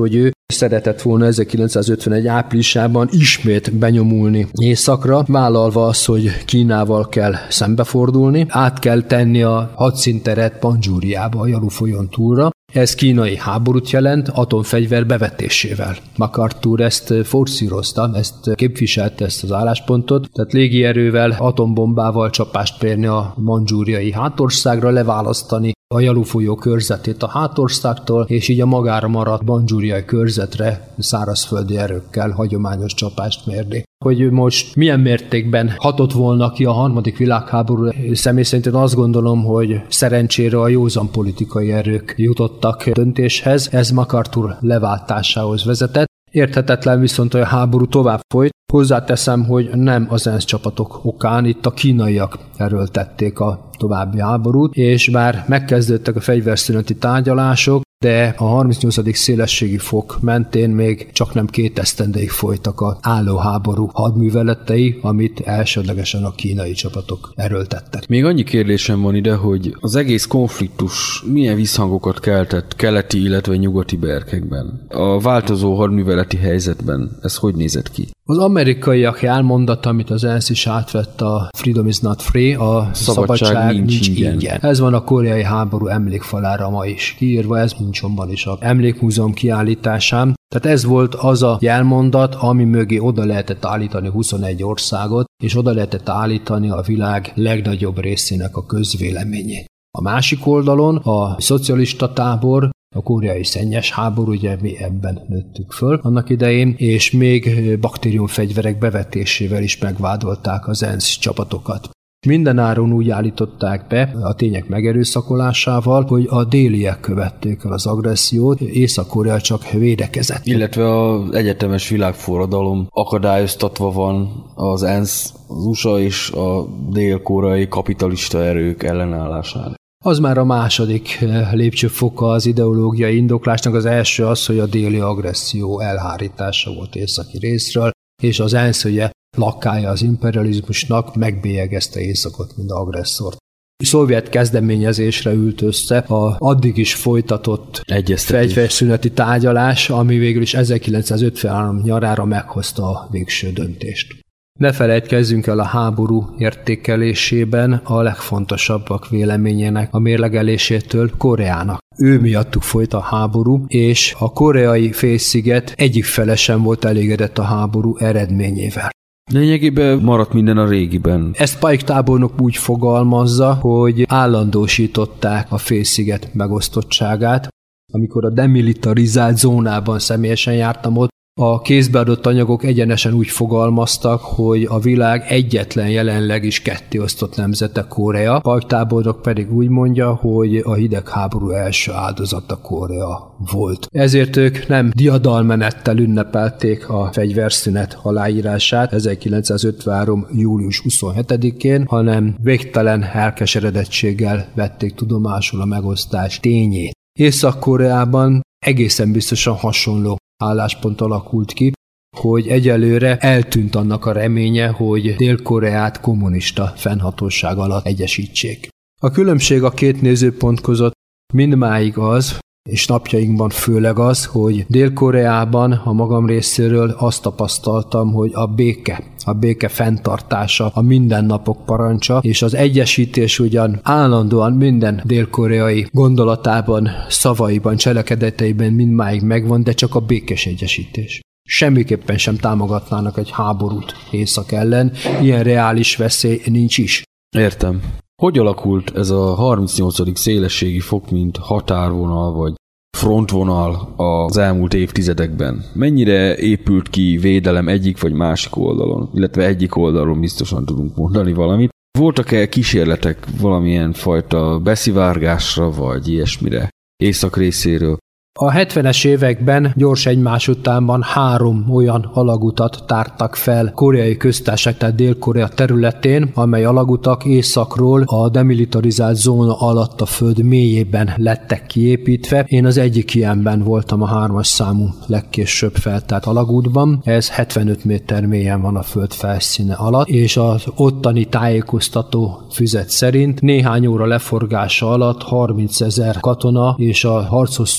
szeretett volna ezerkilencszázötvenegy áprilisában ismét benyomulni északra, vállalva azt, hogy Kínával kell szembefordulni, át kell tenni a hadszínteret Mandzsúriába, a Jalu folyón túlra. Ez kínai háborút jelent atomfegyver bevetésével. MacArthur ezt forszírozta, ezt képviselte ezt az álláspontot, tehát légierővel, atombombával csapást mérni a mandzsúriai hátországra, leválasztani a Jalu folyó körzetét a hátországtól, és így a magára maradt mandzsúriai körzetre szárazföldi erőkkel hagyományos csapást mérni. Hogy most milyen mértékben hatott volna ki a harmadik világháború, személy szerint én azt gondolom, hogy szerencsére a józan politikai erők jutottak döntéshez, ez MacArthur leváltásához vezetett. Érthetetlen viszont, hogy a háború tovább folyt. Hozzáteszem, hogy nem az ENSZ csapatok okán, itt a kínaiak erőltették a további háborút, és bár megkezdődtek a fegyverszüneti tárgyalások, de a harmincnyolcadik szélességi fok mentén még csak nem két esztendeig folytak az álló háború hadműveletei, amit elsődlegesen a kínai csapatok erőltettek. Még annyi kérdésem van ide, hogy az egész konfliktus milyen visszhangokat keltett keleti, illetve nyugati berkekben? A változó hadműveleti helyzetben ez hogy nézett ki? Az amerikaiak elmondata, amit az ENSZ is átvett, a Freedom is not free, a szabadság, szabadság nincs, nincs ingyen. ingyen. Ez van a koreai háború emlékfalára ma is kiírva, ez Incsonban is a emlékmúzeum kiállításán. Tehát ez volt az a jelmondat, ami mögé oda lehetett állítani huszonegy országot, és oda lehetett állítani a világ legnagyobb részének a közvéleményét. A másik oldalon a szocialista tábor, a koreai szennyes háború, ugye mi ebben nőttük föl annak idején, és még baktériumfegyverek bevetésével is megvádolták az ENSZ csapatokat. Mindenáron úgy állították be a tények megerőszakolásával, hogy a déliek követték el az agressziót, Észak-Korea csak védekezett. Illetve az egyetemes világforradalom akadályoztatva van az ENSZ, az u es á és a dél-koreai kapitalista erők ellenállásán. Az már a második lépcsőfoka az ideológiai indoklásnak, az első az, hogy a déli agresszió elhárítása volt északi részről, és az ENSZ ugye lakkája az imperializmusnak megbélyegezte Északot, mint agresszort. A szovjet kezdeményezésre ült össze a addig is folytatott fegyverszüneti tárgyalás, ami végül is ezerkilencszázötvenhárom nyarára meghozta a végső döntést. Ne felejtkezzünk el a háború értékelésében a legfontosabbak véleményének a mérlegelésétől Koreának. Ő miattuk folyt a háború, és a koreai félsziget egyik fele sem volt elégedett a háború eredményével. Lényegében maradt minden a régiben. Ezt Pike tábornok úgy fogalmazza, hogy állandósították a félsziget megosztottságát. Amikor a demilitarizált zónában személyesen jártam ott, a kézbeadott anyagok egyenesen úgy fogalmaztak, hogy a világ egyetlen jelenleg is kettéosztott nemzete Korea, Pike tábornok pedig úgy mondja, hogy a hidegháború első áldozata Korea volt. Ezért ők nem diadalmenettel ünnepelték a fegyverszünet aláírását ezerkilencszázötvenhárom július huszonhetedikén, hanem végtelen elkeseredettséggel vették tudomásul a megosztás tényét. Észak-Koreában egészen biztosan hasonló álláspont alakult ki, hogy egyelőre eltűnt annak a reménye, hogy Dél-Koreát kommunista fennhatóság alatt egyesítsék. A különbség a két nézőpont között mindmáig az, és napjainkban főleg az, hogy Dél-Koreában a magam részéről azt tapasztaltam, hogy a béke, a béke fenntartása, a mindennapok parancsa, és az egyesítés ugyan állandóan minden dél-koreai gondolatában, szavaiban, cselekedeteiben mindmáig megvan, de csak a békés egyesítés. Semmiképpen sem támogatnának egy háborút Észak ellen, ilyen reális veszély nincs is. Értem. Hogy alakult ez a harmincnyolcadik szélességi fok, mint határvonal vagy frontvonal az elmúlt évtizedekben? Mennyire épült ki védelem egyik vagy másik oldalon? Illetve egyik oldalon biztosan tudunk mondani valamit. Voltak-e kísérletek valamilyen fajta beszivárgásra vagy ilyesmire észak részéről? A hetvenes években gyors egymás utánban három olyan alagutat tártak fel koreai köztársaság, tehát Dél-Korea területén, amely alagutak északról a demilitarizált zóna alatt a föld mélyében lettek kiépítve. Én az egyik ilyenben voltam a hármas számú legkésőbb feltárt alagútban. Ez hetvenöt méter mélyen van a föld felszíne alatt, és az ottani tájékoztató füzet szerint néhány óra leforgása alatt harmincezer katona és a harcos szükség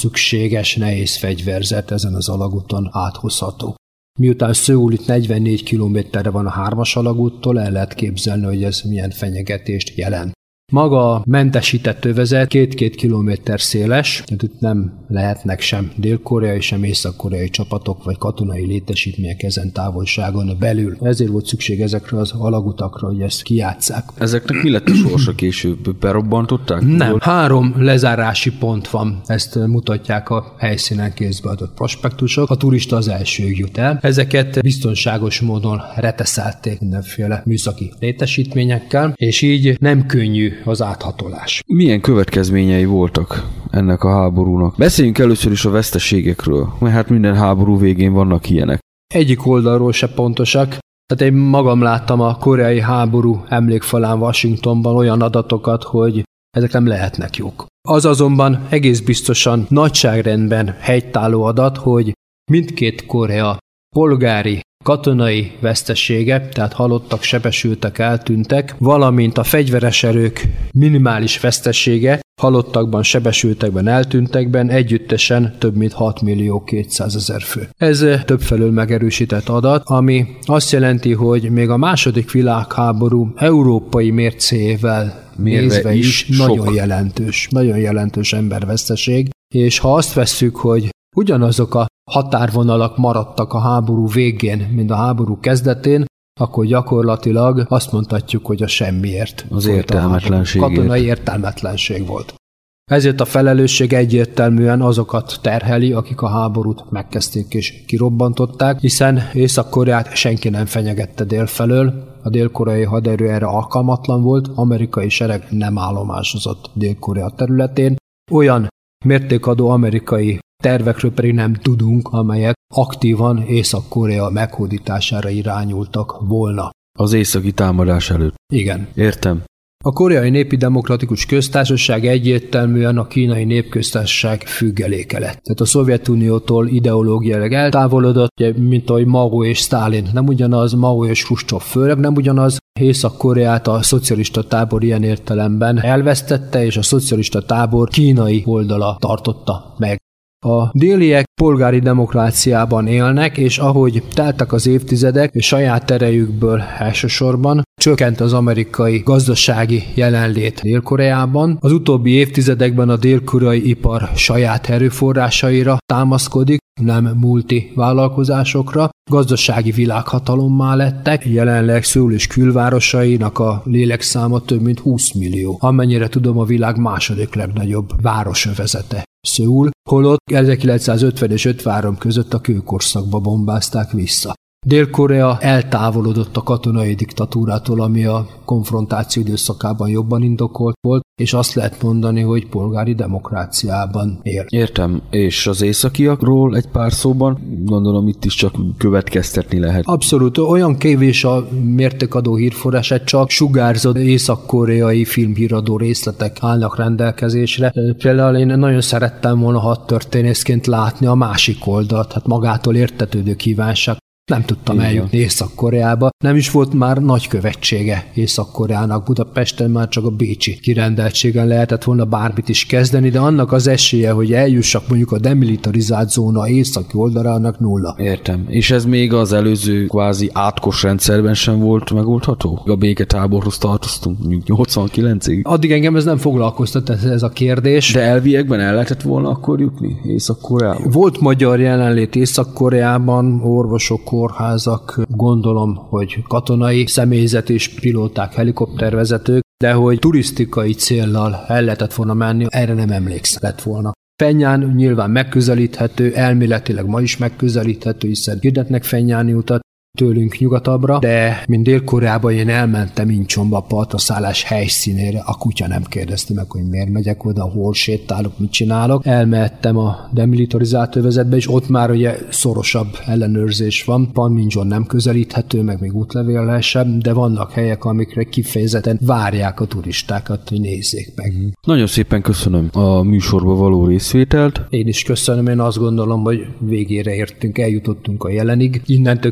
egységes nehéz fegyverzet ezen az alagúton áthozható. Miután Szöul itt negyvennégy kilométerre van a hármas alagúttól, el lehet képzelni, hogy ez milyen fenyegetést jelent. Maga a mentesített övezet két-két kilométer széles, tehát itt nem lehetnek sem dél-koreai, sem észak-koreai csapatok vagy katonai létesítmények ezen távolságon belül. Ezért volt szükség ezekre az alagutakra, hogy ezt kijátsszák. Ezeknek mi lett a sorsa később? Berobbantották? Nem, három lezárási pont van. Ezt mutatják a helyszínen kézbe adott prospektusok. A turista az első jut el. Ezeket biztonságos módon reteszelték mindenféle műszaki létesítményekkel, és így nem könnyű az áthatolás. Milyen következményei voltak ennek a háborúnak? Beszéljünk először is a veszteségekről, mert hát minden háború végén vannak ilyenek. Egyik oldalról se pontosak. Tehát én magam láttam a koreai háború emlékfalán Washingtonban olyan adatokat, hogy ezek nem lehetnek jók. Az azonban egész biztosan nagyságrendben helytálló adat, hogy mindkét Korea polgári katonai vesztesége, tehát halottak, sebesültek, eltűntek, valamint a fegyveres erők minimális vesztesége, halottakban, sebesültekben, eltűntekben együttesen több mint hat millió kétszázezer fő. Ez többfelől megerősített adat, ami azt jelenti, hogy még a második világháború európai mércéjével nézve is, is nagyon sok. jelentős, nagyon jelentős emberveszteség, és ha azt vesszük, hogy ugyanazok a határvonalak maradtak a háború végén, mint a háború kezdetén, akkor gyakorlatilag azt mondhatjuk, hogy a semmiért. Az értelmetlenség. Katonai értelmetlenség volt. Ezért a felelősség egyértelműen azokat terheli, akik a háborút megkezdték és kirobbantották, hiszen Észak-Koreát senki nem fenyegette délfelől, a dél-koreai haderő erre alkalmatlan volt, amerikai sereg nem állomásozott Dél-Korea területén, olyan mértékadó amerikai tervekről pedig nem tudunk, amelyek aktívan Észak-Korea meghódítására irányultak volna. Az északi támadás előtt. Igen. Értem. A Koreai Népi Demokratikus Köztársaság egyértelműen a Kínai Népköztársaság függeléke lett. Tehát a Szovjetuniótól ideológiailag eltávolodott, mint ahogy Mao és Sztálin. Nem ugyanaz, Mao és Hruscsov főleg nem ugyanaz. Észak-Koreát a szocialista tábor ilyen értelemben elvesztette, és a szocialista tábor kínai oldala tartotta meg. A déliek polgári demokráciában élnek, és ahogy teltek az évtizedek, és saját erejükből elsősorban csökkent az amerikai gazdasági jelenlét Dél-Koreában. Az utóbbi évtizedekben a dél-koreai ipar saját erőforrásaira támaszkodik, nem multi vállalkozásokra, gazdasági világhatalommá lettek, jelenleg Szöul és külvárosainak a lélekszáma több mint húsz millió, amennyire tudom a világ második legnagyobb városövezete. Szöul, holott ezerkilencszázötven és ötvenhárom között a kőkorszakba bombázták vissza. Dél-Korea eltávolodott a katonai diktatúrától, ami a konfrontáció időszakában jobban indokolt volt, és azt lehet mondani, hogy polgári demokráciában él. Értem, és az északiakról egy pár szóban, gondolom itt is csak következtetni lehet. Abszolút, olyan kevés a mértékadó hírforrás, csak sugárzott észak-koreai filmhíradó részletek állnak rendelkezésre. Például én nagyon szerettem volna hadtörténészként látni a másik oldalt, hát magától értetődő kívánság. Nem tudtam Igen. eljutni Észak-Koreába. Nem is volt már nagykövetsége Észak-Koreának. Budapesten már csak a bécsi kirendeltségen lehetett volna bármit is kezdeni, de annak az esélye, hogy eljussak mondjuk a demilitarizált zóna északi oldalának nulla. Értem. És ez még az előző kvázi átkos rendszerben sem volt megoldható? A béketáborhoz tartoztunk mondjuk nyolcvankilencig. Addig engem ez nem foglalkoztat, ez a kérdés. De elviekben el lehetett volna akkor jutni Észak-Koreába? Volt magyar jelenlét Észak-Koreában, orvosok, kórházak, gondolom, hogy katonai személyzet és pilóták, helikoptervezetők, de hogy turisztikai céllal el lehetett volna menni, erre nem emlékszem lett volna. Phenján nyilván megközelíthető, elméletileg ma is megközelíthető, hiszen hirdetnek Phenjáni utat tőlünk nyugatabbra, de mint Dél-Koreában én elmentem Incsonba a partraszállás helyszínére, a kutya nem kérdezte meg, hogy miért megyek oda, hol sétálok, mit csinálok. Elmehettem a demilitarizált övezetbe, és ott már ugye szorosabb ellenőrzés van. Panmunjom nem közelíthető, meg még útlevéllel sem, de vannak helyek, amikre kifejezetten várják a turistákat, hogy nézzék meg. Nagyon szépen köszönöm a műsorba való részvételt. Én is köszönöm, én azt gondolom, hogy végére értünk, eljutottunk a jelenig. Innentől kezdve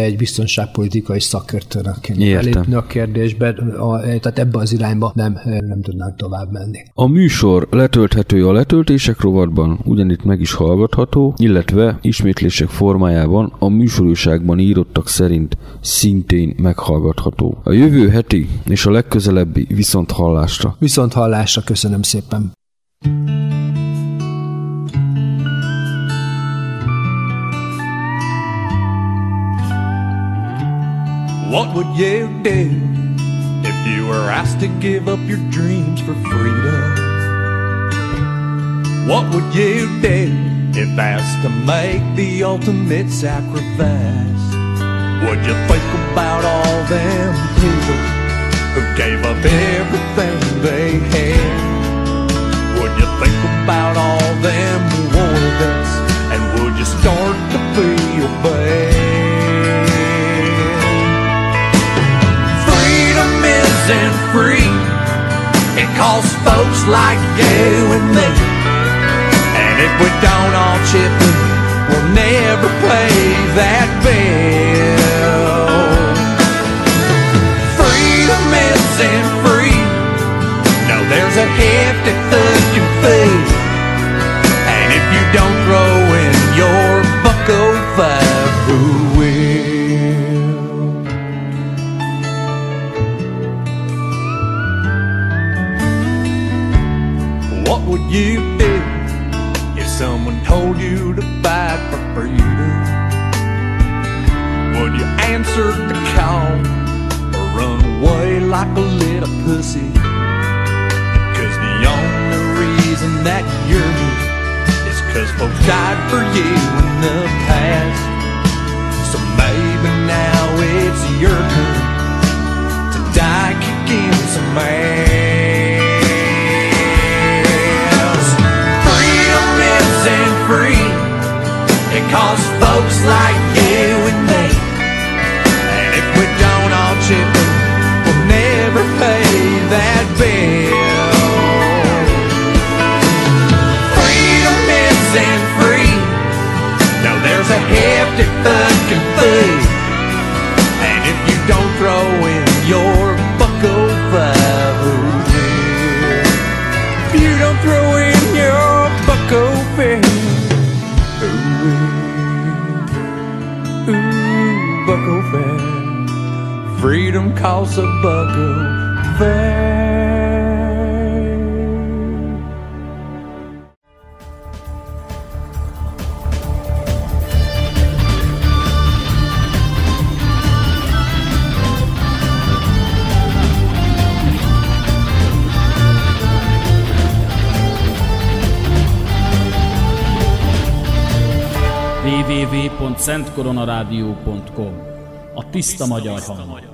egy biztonságpolitikai szakértőnek kéne belépni a kérdésbe, a, tehát ebbe az irányba nem, nem tudnánk tovább menni. A műsor letölthető a letöltések rovatban, ugyanitt meg is hallgatható, illetve ismétlések formájában a műsorúságban írottak szerint szintén meghallgatható. A jövő heti és a legközelebbi viszont hallásra. Viszont hallásra, köszönöm szépen. What would you do if you were asked to give up your dreams for freedom? What would you do if asked to make the ultimate sacrifice? Would you think about all them people who gave up everything they had? Would you think about all them war vets, and would you start to feel bad? And free, it costs folks like you and me, and if we don't all chip in, we'll never pay that bill. Freedom isn't free, no, there's a hefty thugging fee, and if you don't throw in your bucko five, who will? What would you do if someone told you to fight for freedom? Would you answer the call or run away like a little pussy? Cause the only reason that you're here is cause folks died for you in the past. So maybe now it's your turn to die kicking some ass. Free, it costs folks like you and me, and if we don't all chip in, we'll never pay that bill. Freedom isn't free, no, there's a hefty fucking fee, and if you don't throw in your bucko five, oh yeah, if you don't throw in your bucko five, ooh, bucko fair. Freedom costs a bucko fair. double-u double-u double-u pont szent korona rádió pont com. A tiszta magyar hang.